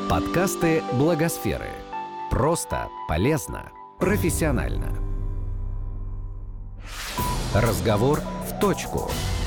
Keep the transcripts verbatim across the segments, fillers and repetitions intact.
Подкасты Благосферы. Просто, полезно, профессионально. Разговор в точку.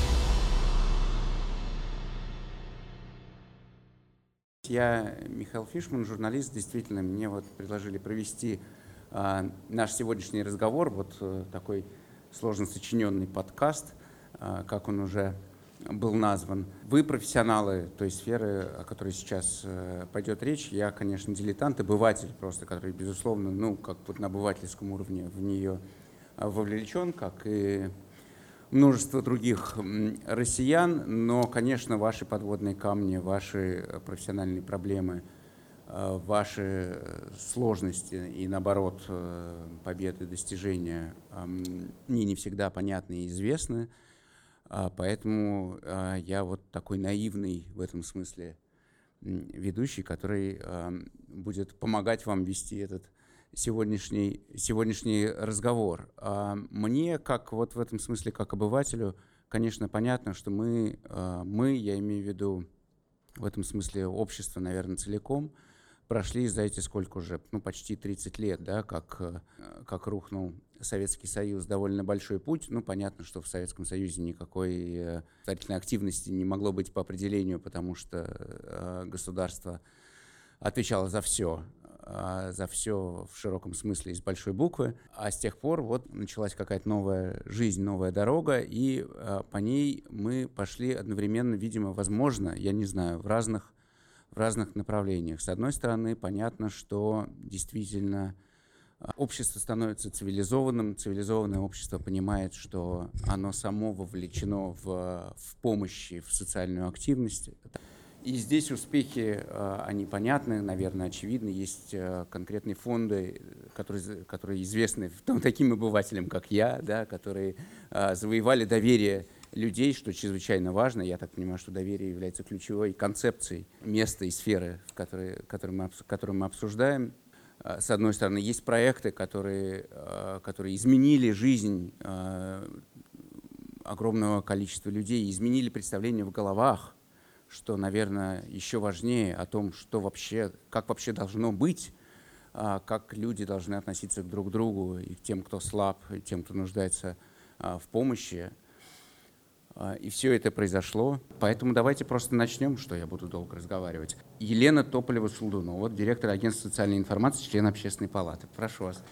Я Михаил Фишман, журналист. Действительно, мне вот предложили провести э, наш сегодняшний разговор, вот э, такой сложно сочиненный подкаст, э, как он уже был назван. Вы профессионалы той сферы, о которой сейчас э, пойдет речь. Я, конечно, дилетант, обыватель просто, который, безусловно, ну, как вот на обывательском уровне в нее вовлечен, как и множество других россиян, но, конечно, ваши подводные камни, ваши профессиональные проблемы, ваши сложности и, наоборот, победы, достижения мне не всегда понятны и известны. Поэтому я вот такой наивный в этом смысле ведущий, который будет помогать вам вести этот сегодняшний, сегодняшний разговор. Мне, как вот в этом смысле, как обывателю, конечно, понятно, что мы, мы, я имею в виду в этом смысле общество, наверное, целиком, прошли, знаете, сколько уже, ну, почти тридцать лет, да, как, как рухнул Советский Союз, довольно большой путь. Ну, понятно, что в Советском Союзе никакой строительной активности не могло быть по определению, потому что государство отвечало за все, за все в широком смысле из большой буквы. А с тех пор вот началась какая-то новая жизнь, новая дорога, и по ней мы пошли одновременно, видимо, возможно, я не знаю, в разных в разных направлениях. С одной стороны, понятно, что действительно общество становится цивилизованным. Цивилизованное общество понимает, что оно само вовлечено в, в помощи, в социальную активность. И здесь успехи, они понятны, наверное, очевидны. Есть конкретные фонды, которые, которые известны таким обывателям, как я, да, которые завоевали доверие людей, что чрезвычайно важно. Я так понимаю, что доверие является ключевой концепцией места и сферы, в которой, которую мы, которую мы обсуждаем. С одной стороны, есть проекты, которые, которые изменили жизнь огромного количества людей, изменили представление в головах, что, наверное, еще важнее о том, что вообще, как вообще должно быть, как люди должны относиться друг к другу, и к тем, кто слаб, и тем, кто нуждается в помощи. И все это произошло. Поэтому давайте просто начнем, что я буду долго разговаривать. Елена Тополева-Шелдунова, директор агентства социальной информации, член Общественной палаты. Прошу вас.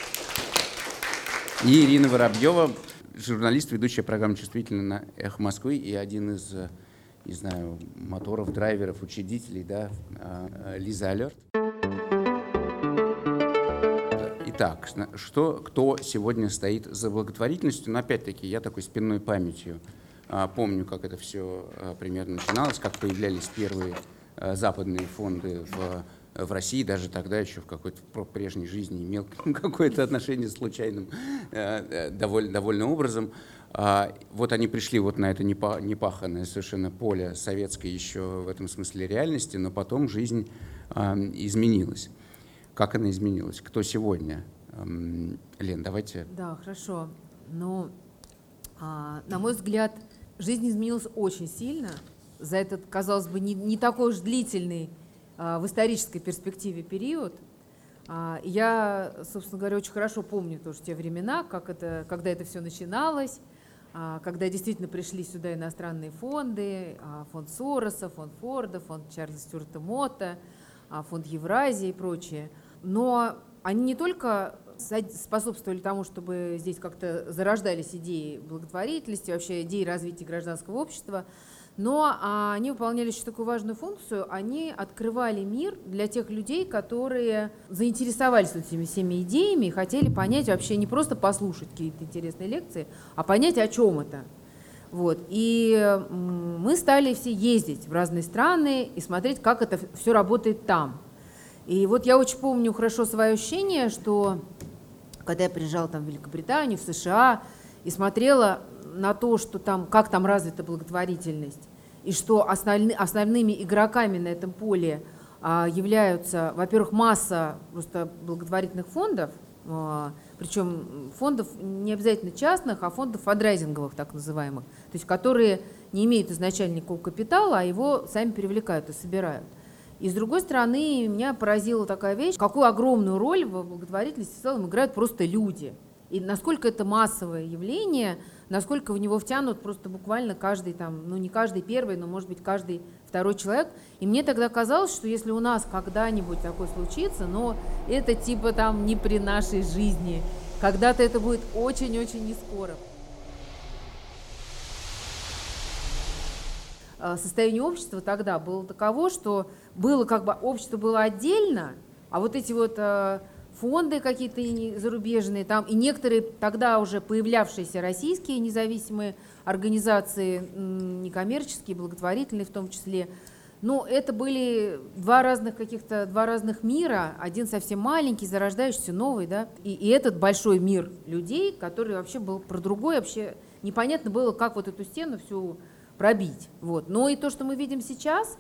И Ирина Воробьева, журналист, ведущая программы «Чувствительно» на «Эхо Москвы» и один из, не знаю, моторов, драйверов, учредителей, да, Лиза Алерт. Итак, что, кто сегодня стоит за благотворительностью? Но опять-таки я такой спинной памятью помню, как это все примерно начиналось, как появлялись первые западные фонды в, в России, даже тогда еще в какой-то прежней жизни имел какое-то отношение случайным довольно, довольно образом. Вот они пришли вот на это непаханное совершенно поле советской еще в этом смысле реальности, но потом жизнь изменилась. Как она изменилась? Кто сегодня? Лен, давайте. Да, хорошо. Ну, а, на мой взгляд, жизнь изменилась очень сильно за этот, казалось бы, не, не такой уж длительный а, в исторической перспективе период. А, я, собственно говоря, очень хорошо помню тоже те времена, как это, когда это все начиналось, а, когда действительно пришли сюда иностранные фонды, а, фонд Сороса, фонд Форда, фонд Чарльза Стюарта Мотта, а, фонд Евразии и прочее. Но они не только способствовали тому, чтобы здесь как-то зарождались идеи благотворительности, вообще идеи развития гражданского общества, но они выполняли еще такую важную функцию. Они открывали мир для тех людей, которые заинтересовались этими всеми идеями и хотели понять, вообще не просто послушать какие-то интересные лекции, а понять, о чем это. Вот. И мы стали все ездить в разные страны и смотреть, как это все работает там. И вот я очень помню хорошо свое ощущение, что когда я приезжала там в Великобританию, в США и смотрела на то, что там, как там развита благотворительность, и что основны, основными игроками на этом поле а, являются, во-первых, масса просто благотворительных фондов, а, причем фондов не обязательно частных, а фондов фандрайзинговых, так называемых, то есть которые не имеют изначально никакого капитала, а его сами привлекают и собирают. И, с другой стороны, меня поразила такая вещь, какую огромную роль в благотворительности в целом играют просто люди. И насколько это массовое явление, насколько в него втянут просто буквально каждый, там, ну не каждый первый, но, может быть, каждый второй человек. И мне тогда казалось, что если у нас когда-нибудь такое случится, но это типа там не при нашей жизни, когда-то это будет очень-очень нескоро. Состояние общества тогда было таково, что было как бы общество было отдельно, а вот эти вот фонды какие-то зарубежные, там, и некоторые тогда уже появлявшиеся российские независимые организации, некоммерческие, благотворительные в том числе, но это были два разных каких-то, два разных мира, один совсем маленький, зарождающийся, новый, да, и, и этот большой мир людей, который вообще был про другой, вообще непонятно было, как вот эту стену всю пробить. Вот. Но и то, что мы видим сейчас,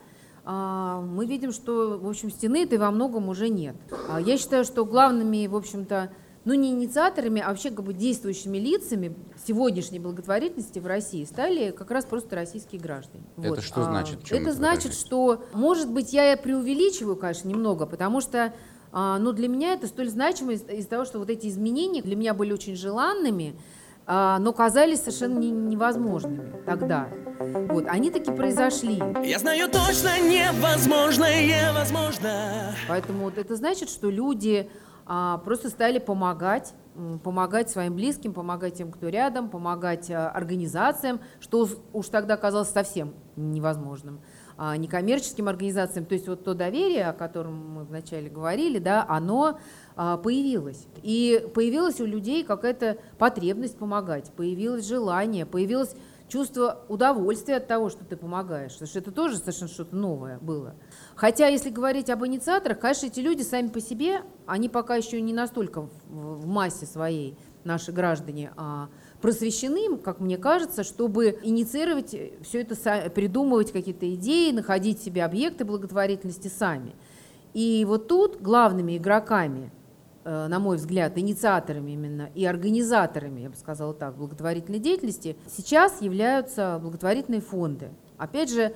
мы видим, что, в общем, стены-то во многом уже нет. Я считаю, что главными, в общем-то, ну не инициаторами, а вообще как бы действующими лицами сегодняшней благотворительности в России стали как раз просто российские граждане. Это вот. что значит? Это, это значит, что, может быть, я преувеличиваю, конечно, немного, потому что ну, для меня это столь значимо из- из-за того, что вот эти изменения для меня были очень желанными, но казались совершенно не- невозможными тогда. Вот, они таки произошли. Я знаю точно, невозможное возможно. Поэтому вот это значит, что люди а, просто стали помогать, м, помогать своим близким, помогать тем, кто рядом, помогать а, организациям, что уж тогда казалось совсем невозможным, а, некоммерческим организациям. То есть вот то доверие, о котором мы вначале говорили, да, оно а, появилось. И появилась у людей какая-то потребность помогать, появилось желание, появилось чувство удовольствия от того, что ты помогаешь, потому что это тоже совершенно что-то новое было. Хотя, если говорить об инициаторах, конечно, эти люди сами по себе, они пока еще не настолько в, в массе своей, наши граждане, а, просвещены, как мне кажется, чтобы инициировать все это, придумывать какие-то идеи, находить себе объекты благотворительности сами. И вот тут главными игроками, на мой взгляд, инициаторами именно и организаторами, я бы сказала так, благотворительной деятельности сейчас являются благотворительные фонды. Опять же,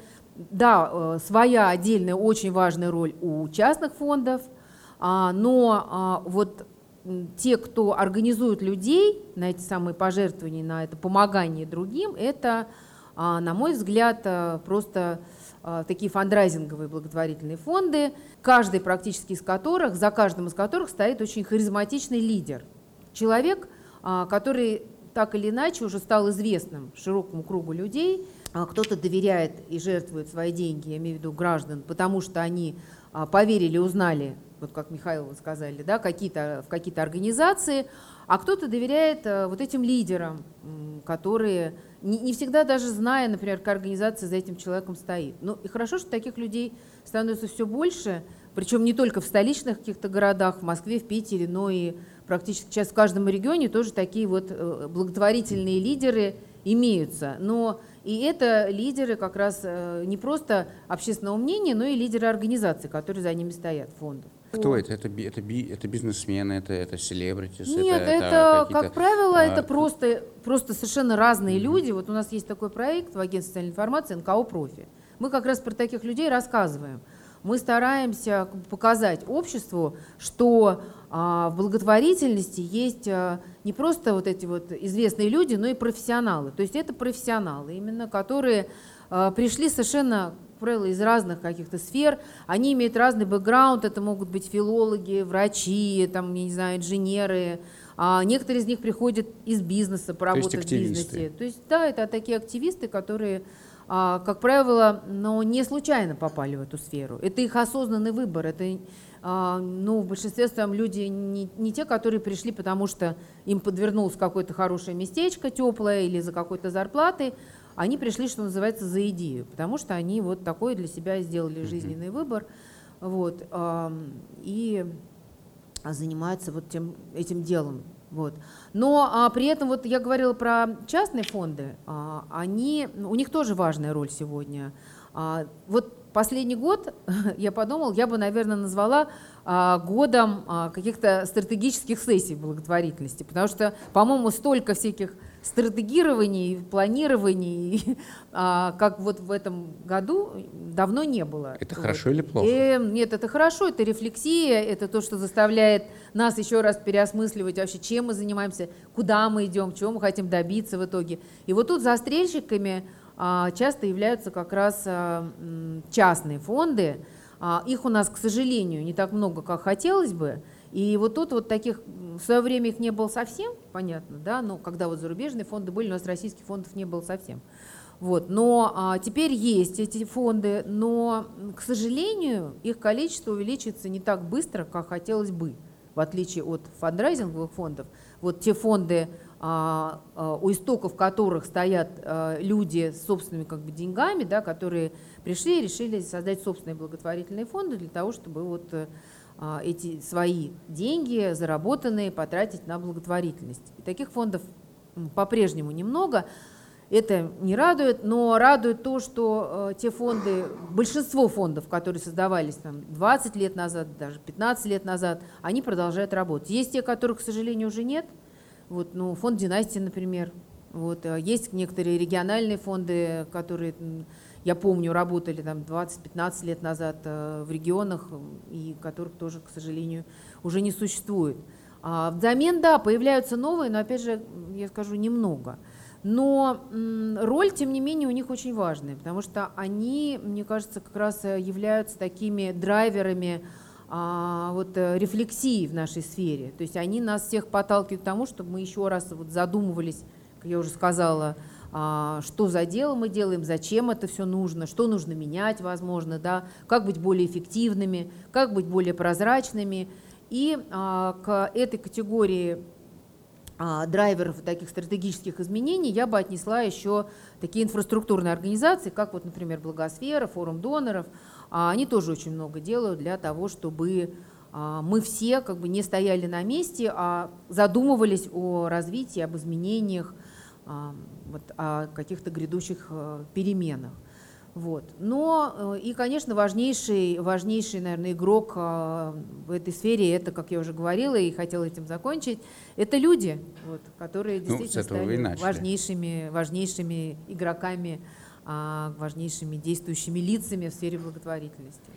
да, своя отдельная очень важная роль у частных фондов, но вот те, кто организует людей на эти самые пожертвования, на это помогание другим, это, на мой взгляд, просто такие фандрайзинговые благотворительные фонды, каждый практически из которых, за каждым из которых стоит очень харизматичный лидер. Человек, который так или иначе уже стал известным широкому кругу людей. Кто-то доверяет и жертвует свои деньги, я имею в виду граждан, потому что они поверили, узнали, вот как Михаил вы сказали, да, какие-то, в какие-то организации, а кто-то доверяет вот этим лидерам, которые не, не всегда даже зная, например, какая организация за этим человеком стоит. Ну и хорошо, что таких людей становится все больше, причем не только в столичных каких-то городах, в Москве, в Питере, но и практически сейчас в каждом регионе тоже такие вот благотворительные лидеры имеются. Но и это лидеры как раз не просто общественного мнения, но и лидеры организаций, которые за ними стоят, фондов. Кто это? Это, би- это, би- это бизнесмены, это, это селебритис? Нет, это, это как правило, а... это просто, просто совершенно разные mm-hmm. люди. Вот у нас есть такой проект в Агентстве социальной информации эн ка о «Профи». Мы как раз про таких людей рассказываем. Мы стараемся показать обществу, что а, в благотворительности есть а, не просто вот эти вот известные люди, но и профессионалы. То есть это профессионалы, именно которые а, пришли совершенно, как правило, из разных каких-то сфер. Они имеют разный бэкграунд. Это могут быть филологи, врачи, там, я не знаю, инженеры. А некоторые из них приходят из бизнеса, поработать в бизнесе. То есть, да, это такие активисты, которые, как правило, но не случайно попали в эту сферу. Это их осознанный выбор. Это, ну, в большинстве своем люди не, не те, которые пришли, потому что им подвернулось какое-то хорошее местечко теплое или за какой-то зарплатой. Они пришли, что называется, за идею, потому что они вот такой для себя сделали жизненный выбор, вот, и занимаются вот тем, этим делом. Вот. Но а, при этом вот я говорила про частные фонды, а, они, у них тоже важная роль сегодня. А, вот последний год, я подумала, я бы, наверное, назвала а, годом а, каких-то стратегических сессий благотворительности, потому что, по-моему, столько всяких стратегирований, планирований, как вот в этом году, давно не было. Это вот. Хорошо или плохо? И, нет, это хорошо, это рефлексия, это то, что заставляет нас еще раз переосмысливать вообще, чем мы занимаемся, куда мы идем, чего мы хотим добиться в итоге. И вот тут застрельщиками а, часто являются как раз а, частные фонды. А, их у нас, к сожалению, не так много, как хотелось бы. И вот тут вот таких, в свое время их не было совсем, понятно, да, но когда вот зарубежные фонды были, у нас российских фондов не было совсем. Вот, но а, теперь есть эти фонды, но, к сожалению, их количество увеличится не так быстро, как хотелось бы, в отличие от фандрайзинговых фондов. Вот те фонды, а, а, у истоков которых стоят а, люди с собственными как бы деньгами, да, которые пришли и решили создать собственные благотворительные фонды для того, чтобы вот эти свои деньги, заработанные, потратить на благотворительность. И таких фондов по-прежнему немного. Это не радует, но радует то, что э, те фонды, большинство фондов, которые создавались там, двадцать лет назад, даже пятнадцать лет назад, они продолжают работать. Есть те, которых, к сожалению, уже нет. Вот, ну, фонд «Династия», например. Вот, э, есть некоторые региональные фонды, которые... Я помню, работали там двадцать-пятнадцать лет назад э, в регионах, и которых тоже, к сожалению, уже не существует. А взамен, да, появляются новые, но, опять же, я скажу, немного. Но м, роль, тем не менее, у них очень важная, потому что они, мне кажется, как раз являются такими драйверами а, вот, рефлексии в нашей сфере. То есть они нас всех подталкивают к тому, чтобы мы еще раз вот задумывались, как я уже сказала, что за дело мы делаем, зачем это все нужно, что нужно менять, возможно, да, как быть более эффективными, как быть более прозрачными. И а, к этой категории а, драйверов таких стратегических изменений я бы отнесла еще такие инфраструктурные организации, как, вот, например, Благосфера, Форум доноров. А, они тоже очень много делают для того, чтобы а, мы все как бы не стояли на месте, а задумывались о развитии, об изменениях, вот, о каких-то грядущих переменах. Вот. Но и, конечно, важнейший, важнейший, наверное, игрок в этой сфере, это, как я уже говорила и хотела этим закончить, это люди, вот, которые действительно ну, стали важнейшими, важнейшими игроками, важнейшими действующими лицами в сфере благотворительности.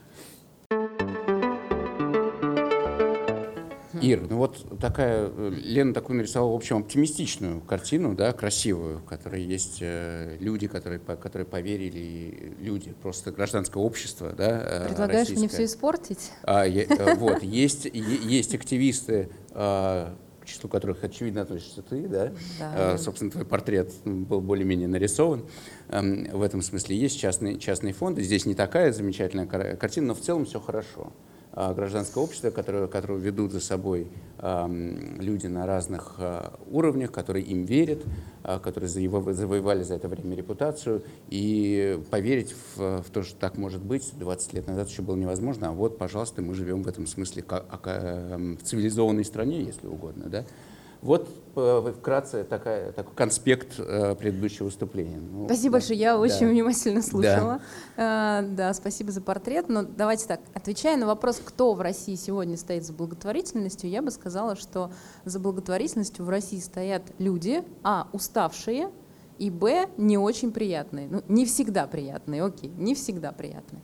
Ир, ну вот такая, Лена такую нарисовала, в общем, оптимистичную картину, да, красивую, в которой есть э, люди, которые, по, которые поверили, люди, просто гражданское общество, да, Предлагаешь российское. мне все испортить? А, е, вот, есть, есть активисты, а, к числу которых, очевидно, относишься ты, да, да. А, собственно, твой портрет был более-менее нарисован. А, в этом смысле есть частные, частные фонды, здесь не такая замечательная картина, но в целом все хорошо. Гражданское общество, которое, которое ведут за собой э, люди на разных э, уровнях, которые им верят, э, которые завоевали за это время репутацию. И поверить в, в то, что так может быть, двадцать лет назад еще было невозможно. А вот, пожалуйста, мы живем в этом смысле как, э, в цивилизованной стране, если угодно. Да? Вот э, вкратце такая, такой конспект э, предыдущего выступления. Ну, спасибо да, большое, я да. очень внимательно слушала. Да. Э, да, спасибо за портрет. Но давайте так, отвечая на вопрос, кто в России сегодня стоит за благотворительностью, я бы сказала, что за благотворительностью в России стоят люди, а, уставшие, и, б, не очень приятные. Ну, не всегда приятные, окей, не всегда приятные.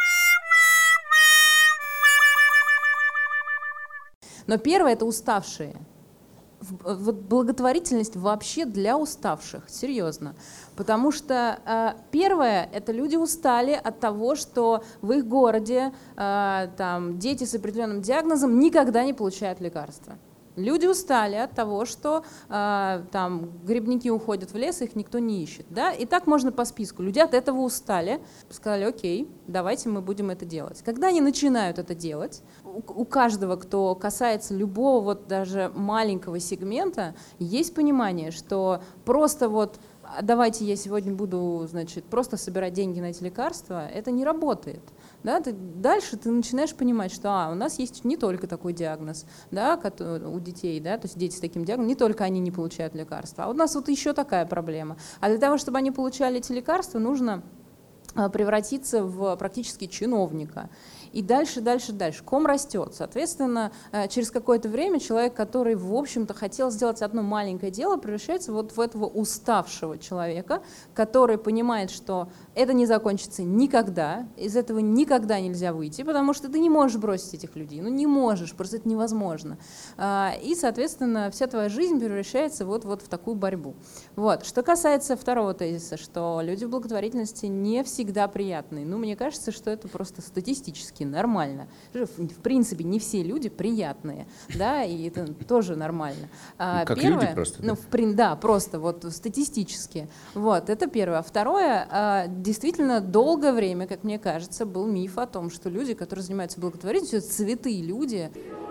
Но первое — это уставшие. Вот благотворительность вообще для уставших, серьезно. Потому что э, первое, это люди устали от того, что в их городе э, там, дети с определенным диагнозом никогда не получают лекарства. Люди устали от того, что э, там, грибники уходят в лес, их никто не ищет. Да? И так можно по списку. Люди от этого устали, сказали: окей, давайте мы будем это делать. Когда они начинают это делать, у, у каждого, кто касается любого вот даже маленького сегмента, есть понимание, что просто вот давайте я сегодня буду, значит, просто собирать деньги на эти лекарства, это не работает. Да, ты, дальше ты начинаешь понимать, что а, у нас есть не только такой диагноз, да, у детей, да, то есть дети с таким диагнозом, не только они не получают лекарства, а у нас вот еще такая проблема. А для того, чтобы они получали эти лекарства, нужно превратиться в практически чиновника. И дальше, дальше, дальше. Ком растет. Соответственно, через какое-то время человек, который, в общем-то, хотел сделать одно маленькое дело, превращается вот в этого уставшего человека, который понимает, что это не закончится никогда, из этого никогда нельзя выйти, потому что ты не можешь бросить этих людей, ну не можешь, просто это невозможно. И, соответственно, вся твоя жизнь превращается вот, вот в такую борьбу. Вот. Что касается второго тезиса, что люди в благотворительности не всегда приятные, ну, мне кажется, что это просто статистически нормально. В принципе, не все люди приятные, да, и это тоже нормально. Ну, как первое, люди просто, да? Ну, в, да, просто вот статистически. Вот, это первое. А второе, действительно, долгое время, как мне кажется, был миф о том, что люди, которые занимаются благотворительностью, это святые люди.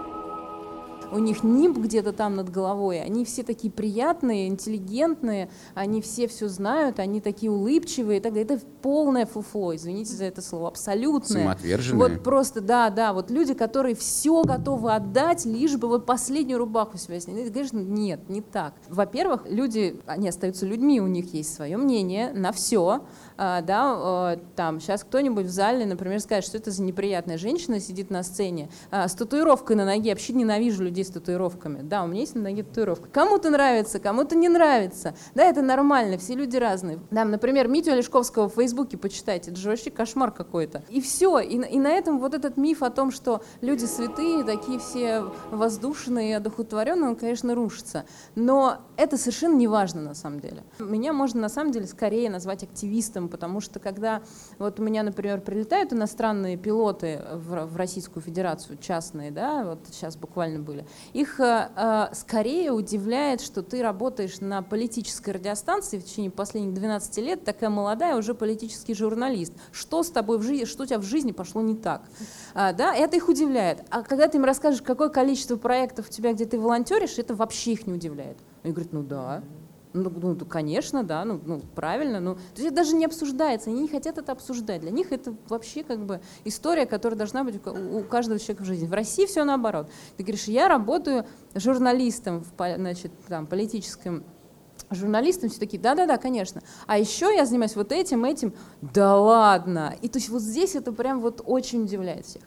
У них нимб где-то там над головой, они все такие приятные, интеллигентные, они все все знают, они такие улыбчивые и так далее. Это полное фуфло, извините за это слово, абсолютное. Самоотверженные. Вот просто, да, да, вот люди, которые все готовы отдать, лишь бы вот последнюю рубаху себя снять. Это, конечно, нет, не так. Во-первых, люди, они остаются людьми, у них есть свое мнение на все. А, да, а, там, сейчас кто-нибудь в зале, например, скажет, что это за неприятная женщина сидит на сцене а, с татуировкой на ноге. Вообще ненавижу людей с татуировками. Да, у меня есть на ноге татуировка. Кому-то нравится, кому-то не нравится. Да, это нормально, все люди разные. Да, например, Митю Олешковского в Фейсбуке почитайте, это же вообще кошмар какой-то. И все. И, и на этом вот этот миф о том, что люди святые, такие все воздушные, одухотворенные, он, конечно, рушится. Но это совершенно не важно на самом деле. Меня можно на самом деле скорее назвать активистом, потому что когда вот у меня, например, прилетают иностранные пилоты в, в Российскую Федерацию, частные, да, вот сейчас буквально были, их э, скорее удивляет, что ты работаешь на политической радиостанции в течение последних двенадцати лет, такая молодая, уже политический журналист. Что с тобой в жизни, что у тебя в жизни пошло не так? А, да, это их удивляет. А когда ты им расскажешь, какое количество проектов у тебя, где ты волонтеришь, это вообще их не удивляет. Они говорят, ну да. Ну, ну, конечно, да, ну, ну правильно. Ну, то есть это даже не обсуждается, они не хотят это обсуждать. Для них это вообще как бы история, которая должна быть у, у каждого человека в жизни. В России все наоборот. Ты говоришь, я работаю журналистом, в, значит, там, политическим журналистам, все такие, да-да-да, конечно. А еще я занимаюсь вот этим, этим. Да ладно. И то есть вот здесь это прям вот очень удивляет всех.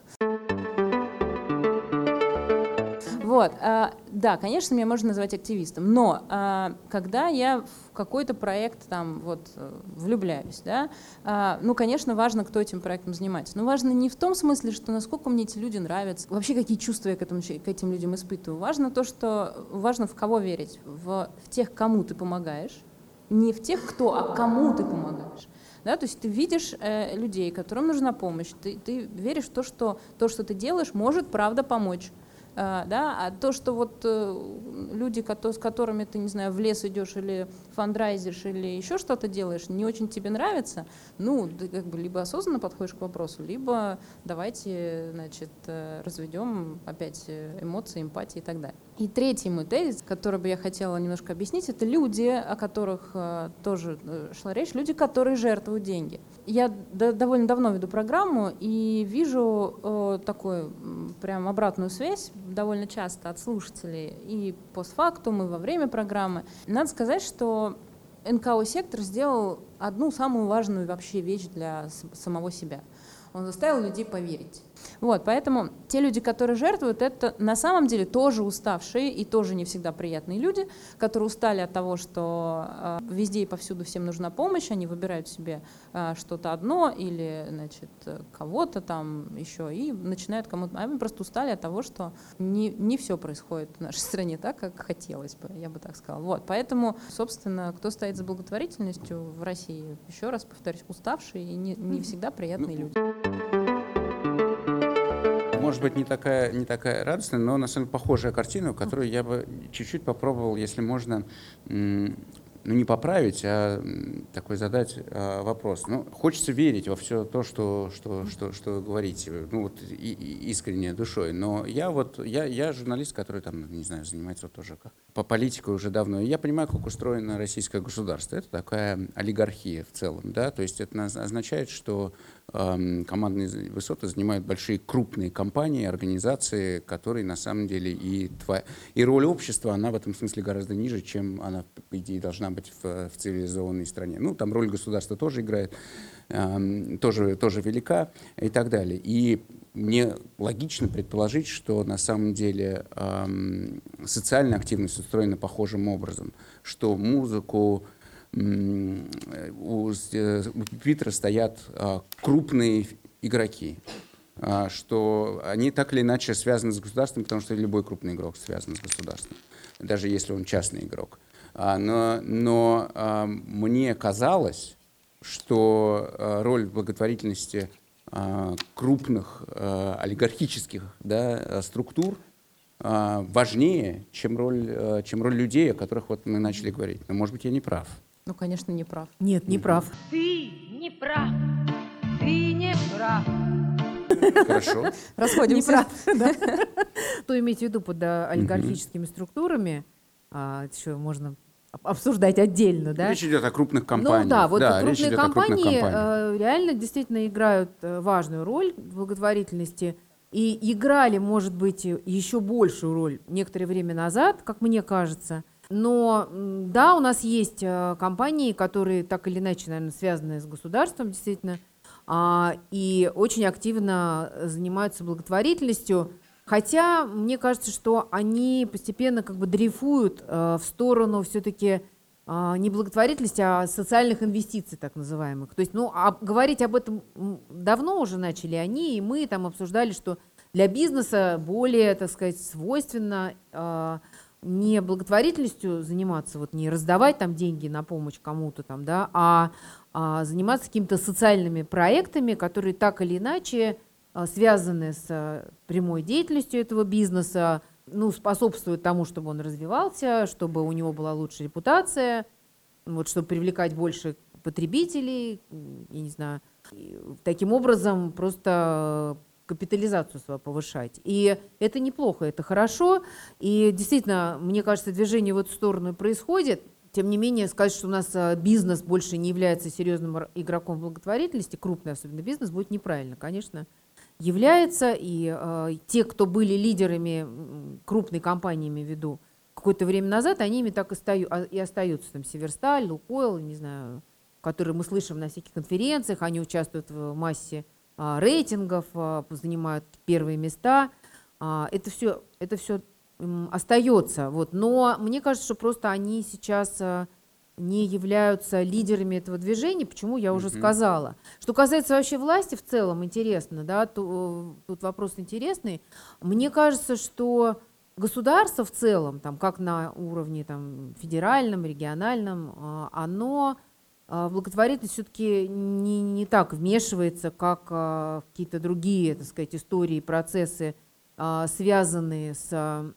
Вот, а, да, конечно, меня можно назвать активистом, но а, когда я в какой-то проект там вот влюбляюсь, да, а, ну, конечно, важно, кто этим проектом занимается, но важно не в том смысле, что насколько мне эти люди нравятся, вообще какие чувства я к, этому, к этим людям испытываю, важно то, что важно в кого верить, в, в тех, кому ты помогаешь, не в тех, кто, а кому ты помогаешь. Да, то есть ты видишь э, людей, которым нужна помощь, ты, ты веришь в то, что то, что ты делаешь, может правда помочь. Uh, да, а то, что вот uh, люди, кото- с которыми ты, не знаю, в лес идешь или фандрайзишь или еще что-то делаешь, не очень тебе нравится, ну, ты как бы либо осознанно подходишь к вопросу, либо давайте, значит, разведем опять эмоции, эмпатии и так далее. И третий мой тезис, который бы я хотела немножко объяснить, это люди, о которых uh, тоже шла речь, люди, которые жертвуют деньги. Я д- довольно давно веду программу и вижу uh, такую прям обратную связь довольно часто от слушателей и постфактум, и во время программы. Надо сказать, что эн ка о-сектор сделал одну самую важную вообще вещь для самого себя. Он заставил людей поверить. Вот, поэтому те люди, которые жертвуют, это на самом деле тоже уставшие и тоже не всегда приятные люди, которые устали от того, что э, везде и повсюду всем нужна помощь, они выбирают себе э, что-то одно или, значит, кого-то там еще и начинают кому-то... Они просто устали от того, что не, не все происходит в нашей стране так, как хотелось бы, я бы так сказала. Вот, поэтому, собственно, кто стоит за благотворительностью в России, еще раз повторюсь, уставшие и не, не всегда приятные люди. Может быть, не такая, не такая радостная, но на самом деле похожая картина, которую я бы чуть-чуть попробовал, если можно, ну, не поправить, а такой задать а, вопрос. Ну, хочется верить во все то, что, что, что, что вы говорите, ну, вот, и, и искренне душой. Но я вот, я, я журналист, который там, не знаю, занимается вот тоже по политике уже давно. И я понимаю, как устроено российское государство. Это такая олигархия в целом, да, то есть это означает, что командные высоты занимают большие крупные компании, организации, которые на самом деле и, тва... и роль общества, она в этом смысле гораздо ниже, чем она, по идее, должна быть в, в цивилизованной стране. Ну, там роль государства тоже играет, э, тоже, тоже велика и так далее. И мне логично предположить, что на самом деле эм, социальная активность устроена похожим образом, что музыку м, у, у Питера стоят э, крупные игроки, э, что они так или иначе связаны с государством, потому что любой крупный игрок связан с государством, даже если он частный игрок. А, но но э, мне казалось, что э, роль благотворительности крупных э, олигархических, да, структур э, важнее, чем роль, э, чем роль людей, о которых вот мы начали говорить. Но, может быть, я не прав. Ну, конечно, не прав. Нет, не прав. Ты не прав, ты не прав. Хорошо. Расходимся. Не прав, да. Что иметь в виду под а, олигархическими структурами? А, это еще можно об- обсуждать отдельно, да? Речь идет о крупных компаниях. Ну да, вот речь крупные идет о крупных компании компаниях. э, реально действительно играют э, важную роль в благотворительности. И играли, может быть, и еще большую роль некоторое время назад, как мне кажется. Но м, да, у нас есть э, компании, которые так или иначе, наверное, связаны с государством, действительно, а, и очень активно занимаются благотворительностью. Хотя мне кажется, что они постепенно как бы дрейфуют э, в сторону все-таки э, не благотворительности, а социальных инвестиций, так называемых. То есть, ну, а говорить об этом м, давно уже начали они, и мы там обсуждали, что для бизнеса более, так сказать, свойственно э, не благотворительностью заниматься, вот не раздавать там деньги на помощь кому-то там, да, а, а заниматься какими-то социальными проектами, которые так или иначе связаны с прямой деятельностью этого бизнеса, ну, способствуют тому, чтобы он развивался, чтобы у него была лучшая репутация, вот, чтобы привлекать больше потребителей, я не знаю, и таким образом просто капитализацию свою повышать. И это неплохо, это хорошо. И действительно, мне кажется, движение в эту сторону происходит. Тем не менее, сказать, что у нас бизнес больше не является серьезным игроком в благотворительности, крупный особенно бизнес, будет неправильно, конечно. Является, и э, те, кто были лидерами крупной компании, имею в виду, какое-то время назад, они ими так и, стою, и остаются. Там Северсталь, Лукойл, не знаю, которые мы слышим на всяких конференциях, они участвуют в массе э, рейтингов, э, занимают первые места. Э, это все, это все э, остается. Вот. Но мне кажется, что просто они сейчас... Э, не являются лидерами этого движения, почему я уже mm-hmm. сказала. Что касается вообще власти в целом, интересно, да, то, тут вопрос интересный. Мне кажется, что государство в целом, там, как на уровне там, федеральном, региональном, оно в благотворительность все-таки не, не так вмешивается, как в какие-то другие, так сказать, истории, процессы, связанные с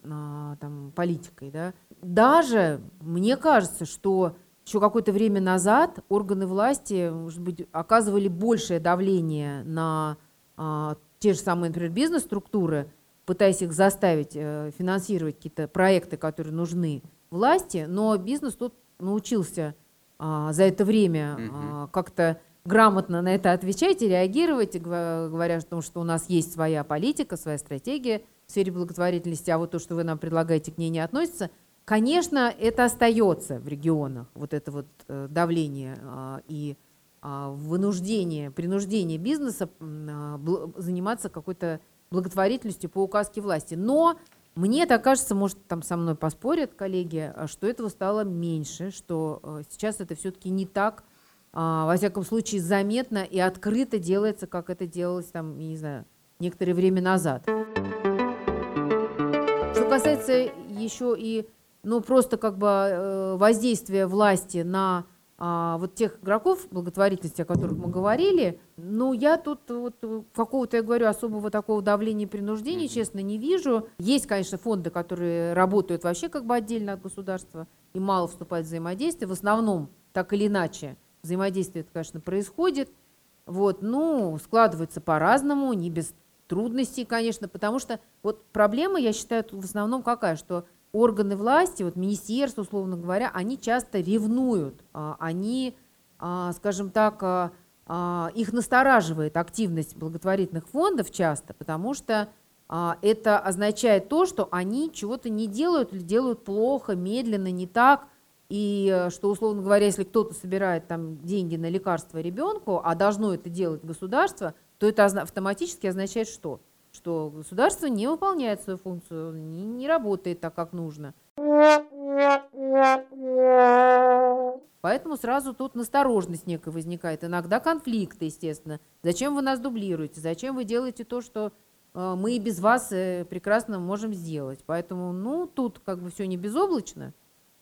там, политикой. Да. Даже мне кажется, что еще какое-то время назад органы власти, может быть, оказывали большее давление на а, те же самые, например, бизнес-структуры, пытаясь их заставить э, финансировать какие-то проекты, которые нужны власти, но бизнес тут научился а, за это время а, как-то грамотно на это отвечать и реагировать, и говоря о том, что у нас есть своя политика, своя стратегия в сфере благотворительности, а вот то, что вы нам предлагаете, к ней не относится. Конечно, это остается в регионах, вот это вот э, давление э, и э, вынуждение, принуждение бизнеса э, бл- заниматься какой-то благотворительностью по указке власти. Но мне так кажется, может, там со мной поспорят коллеги, что этого стало меньше, что э, сейчас это все-таки не так, э, во всяком случае, заметно и открыто делается, как это делалось там, не знаю, некоторое время назад. Что касается еще и ну, просто как бы э, воздействие власти на э, вот тех игроков благотворительности, о которых мы говорили, ну, я тут вот какого-то, я говорю, особого такого давления и принуждения, честно, не вижу. Есть, конечно, фонды, которые работают вообще как бы отдельно от государства и мало вступают в взаимодействие. В основном, так или иначе, взаимодействие, это, конечно, происходит. Вот, ну, складывается по-разному, не без трудностей, конечно, потому что вот проблема, я считаю, в основном какая, что органы власти, вот министерства, условно говоря, они часто ревнуют, они, скажем так, их настораживает активность благотворительных фондов часто, потому что это означает то, что они чего-то не делают или делают плохо, медленно, не так, и что, условно говоря, если кто-то собирает там деньги на лекарства ребенку, а должно это делать государство, то это автоматически означает что? что государство не выполняет свою функцию, не, не работает так, как нужно. Поэтому сразу тут настороженность некая возникает. Иногда конфликты, естественно. Зачем вы нас дублируете? Зачем вы делаете то, что э, мы и без вас э, прекрасно можем сделать? Поэтому, ну, тут как бы все не безоблачно.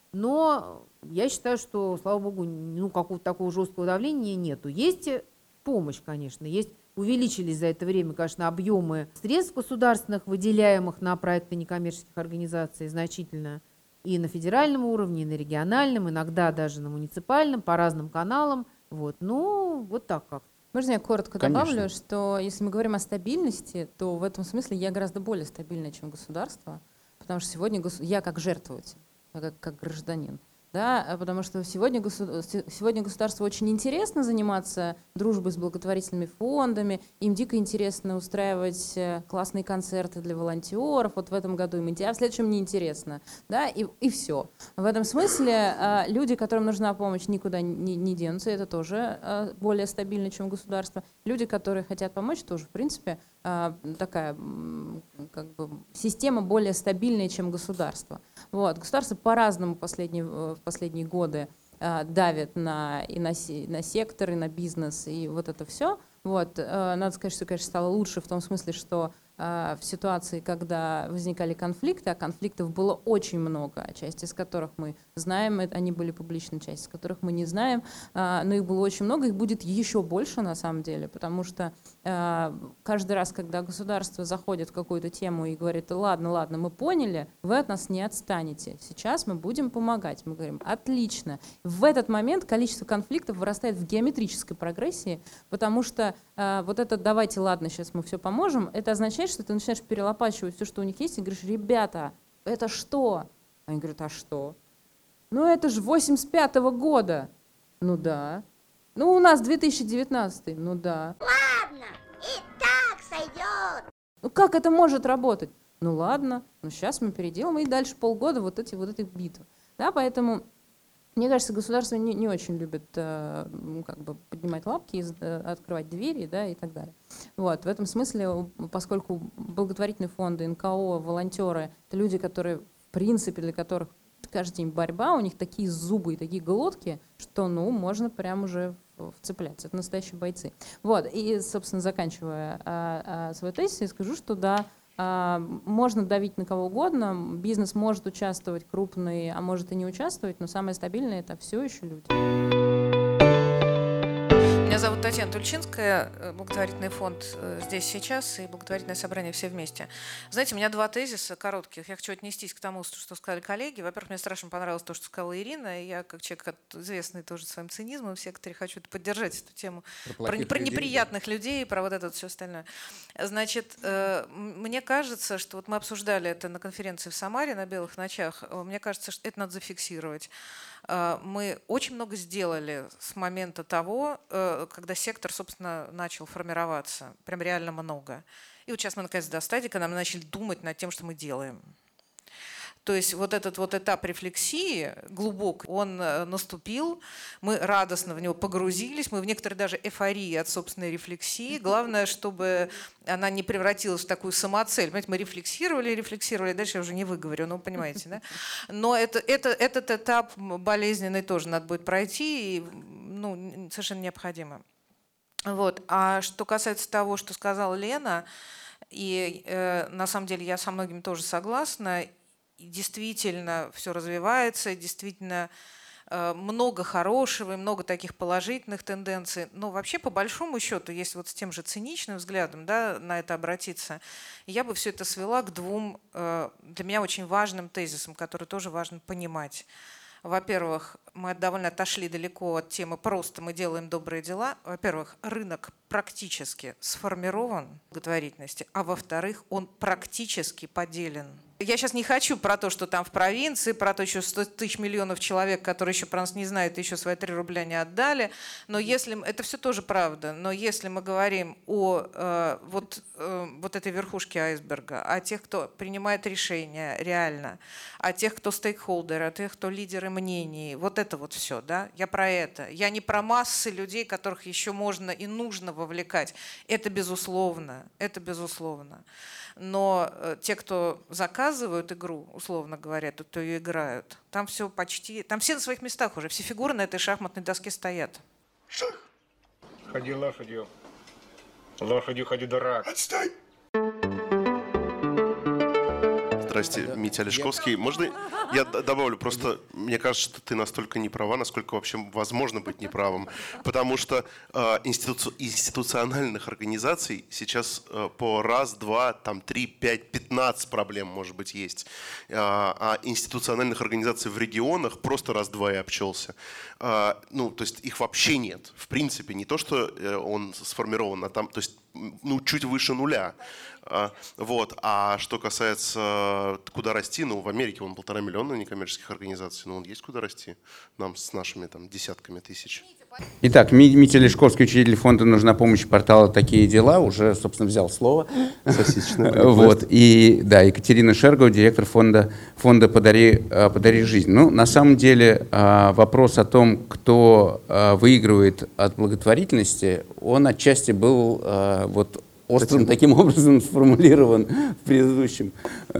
Но я считаю, что, слава богу, ну, какого-то такого жесткого давления нету. Есть помощь, конечно, есть. Увеличились за это время, конечно, объемы средств государственных, выделяемых на проекты некоммерческих организаций, значительно. И на федеральном уровне, и на региональном, иногда даже на муниципальном, по разным каналам. Вот. Ну, вот так как. Можно я коротко Конечно. добавлю, что если мы говорим о стабильности, то в этом смысле я гораздо более стабильная, чем государство, потому что сегодня гос... я как жертвователь, как, как гражданин. Да, потому что сегодня, госу... сегодня государству очень интересно заниматься дружбой с благотворительными фондами, им дико интересно устраивать классные концерты для волонтеров, вот в этом году им интересно, а в следующем неинтересно, да, и, и все. В этом смысле люди, которым нужна помощь, никуда не, не денутся, это тоже более стабильно, чем государство. Люди, которые хотят помочь, тоже, в принципе, такая как бы, система более стабильная, чем государство. Вот. Государство по-разному последние, в последние годы э, давит на, и на, на сектор, и на бизнес, и вот это все. Вот. Э, надо сказать, что, конечно, стало лучше в том смысле, что э, в ситуации, когда возникали конфликты, а конфликтов было очень много, часть из которых мы знаем, они были публичны, часть из которых мы не знаем, э, но их было очень много, их будет еще больше на самом деле, потому что э, каждый раз, когда государство заходит в какую-то тему и говорит: ладно, ладно, мы поняли, вы от нас не отстанете, сейчас мы будем помогать. Мы говорим: отлично. В этот момент количество конфликтов вырастает в геометрической прогрессии, потому что э, вот это «давайте, ладно, сейчас мы все поможем», это означает, что ты начинаешь перелопачивать все, что у них есть, и говоришь: ребята, это что? Они говорят: а что? Ну это же восемьдесят пятого года. Ну да. Ну у нас две тысячи девятнадцатый. Ну да. Ладно, и так сойдет. Ну как это может работать? Ну ладно, ну сейчас мы переделаем, и дальше полгода вот эти вот эти битвы. Да, поэтому, мне кажется, государство не, не очень любит э, как бы поднимать лапки, и, э, открывать двери, да, и так далее. Вот, в этом смысле, поскольку благотворительные фонды, эн ка о, волонтеры — это люди, которые, в принципе, для которых каждый день борьба, у них такие зубы и такие глотки, что, ну, можно прям уже вцепляться. Это настоящие бойцы. Вот, и, собственно, заканчивая а, а, свой тезис, я скажу, что да, а, можно давить на кого угодно, бизнес может участвовать крупный, а может и не участвовать, но самое стабильное — это все еще люди. Меня зовут Татьяна Тульчинская, благотворительный фонд «Здесь сейчас» и благотворительное собрание «Все вместе». Знаете, у меня два тезиса коротких. Я хочу отнестись к тому, что сказали коллеги. Во-первых, мне страшно понравилось то, что сказала Ирина. И я, как человек, известный тоже своим цинизмом в секторе, хочу поддержать эту тему про, про, про людей, неприятных да. людей, про вот это вот все остальное. Значит, э, мне кажется, что вот мы обсуждали это на конференции в Самаре на Белых ночах. Мне кажется, что это надо зафиксировать. Мы очень много сделали с момента того, когда сектор, собственно, начал формироваться. Прям реально много. И вот сейчас мы, наконец, до стадии, когда мы начали думать над тем, что мы делаем. То есть вот этот вот этап рефлексии глубокий, он наступил, мы радостно в него погрузились, мы в некоторой даже эйфории от собственной рефлексии. Главное, чтобы она не превратилась в такую самоцель. Понимаете, мы рефлексировали, рефлексировали, дальше я уже не выговорю, ну, понимаете, да? Но это, это, этот этап болезненный тоже надо будет пройти, и, ну, совершенно необходимо. Вот. А что касается того, что сказала Лена, и э, на самом деле я со многими тоже согласна, действительно все развивается, действительно много хорошего и много таких положительных тенденций. Но вообще, по большому счету, если вот с тем же циничным взглядом, да, на это обратиться, я бы все это свела к двум для меня очень важным тезисам, которые тоже важно понимать. Во-первых, мы довольно отошли далеко от темы «просто мы делаем добрые дела». Во-первых, рынок практически сформирован в благотворительности, а во-вторых, он практически поделен. Я сейчас не хочу про то, что там в провинции, про то, еще сто тысяч миллионов человек, которые еще про нас не знают, еще свои три рубля не отдали. Но если... Это все тоже правда. Но если мы говорим о э, вот, э, вот этой верхушке айсберга, о тех, кто принимает решения реально, о тех, кто стейкхолдеры, о тех, кто лидеры мнений, вот это вот все, да? Я про это. Я не про массы людей, которых еще можно и нужно вовлекать. Это безусловно. Это безусловно. Но э, те, кто заказывают игру, условно говоря, тот, кто ее играют, там все почти, там все на своих местах уже, все фигуры на этой шахматной доске стоят. Ходи лошадью. Лошадью ходи, дурак. Отстой! Здрасте, Митя Олешковский. Можно я добавлю? Просто мне кажется, что ты настолько не права, насколько вообще возможно быть неправым. Потому что э, институ- институциональных организаций сейчас э, по раз, два, там, три, пять, пятнадцать проблем, может быть, есть. Э, а институциональных организаций в регионах просто раз-два и обчелся. Э, ну, то есть их вообще нет. В принципе, не то, что э, он сформирован, а там, то есть, ну, чуть выше нуля. А, вот. А что касается куда расти, ну, в Америке вон полтора миллиона некоммерческих организаций, ну, есть куда расти нам с нашими там десятками тысяч. Итак, Митя Олешковский, учредитель фонда «Нужна помощь» портала «Такие дела», уже, собственно, взял слово. Вот. И, да, Екатерина Шергова, директор фонда, фонда «Подари, «Подари жизнь». Ну, на самом деле, вопрос о том, кто выигрывает от благотворительности, он отчасти был вот острым таким образом сформулирован в предыдущем,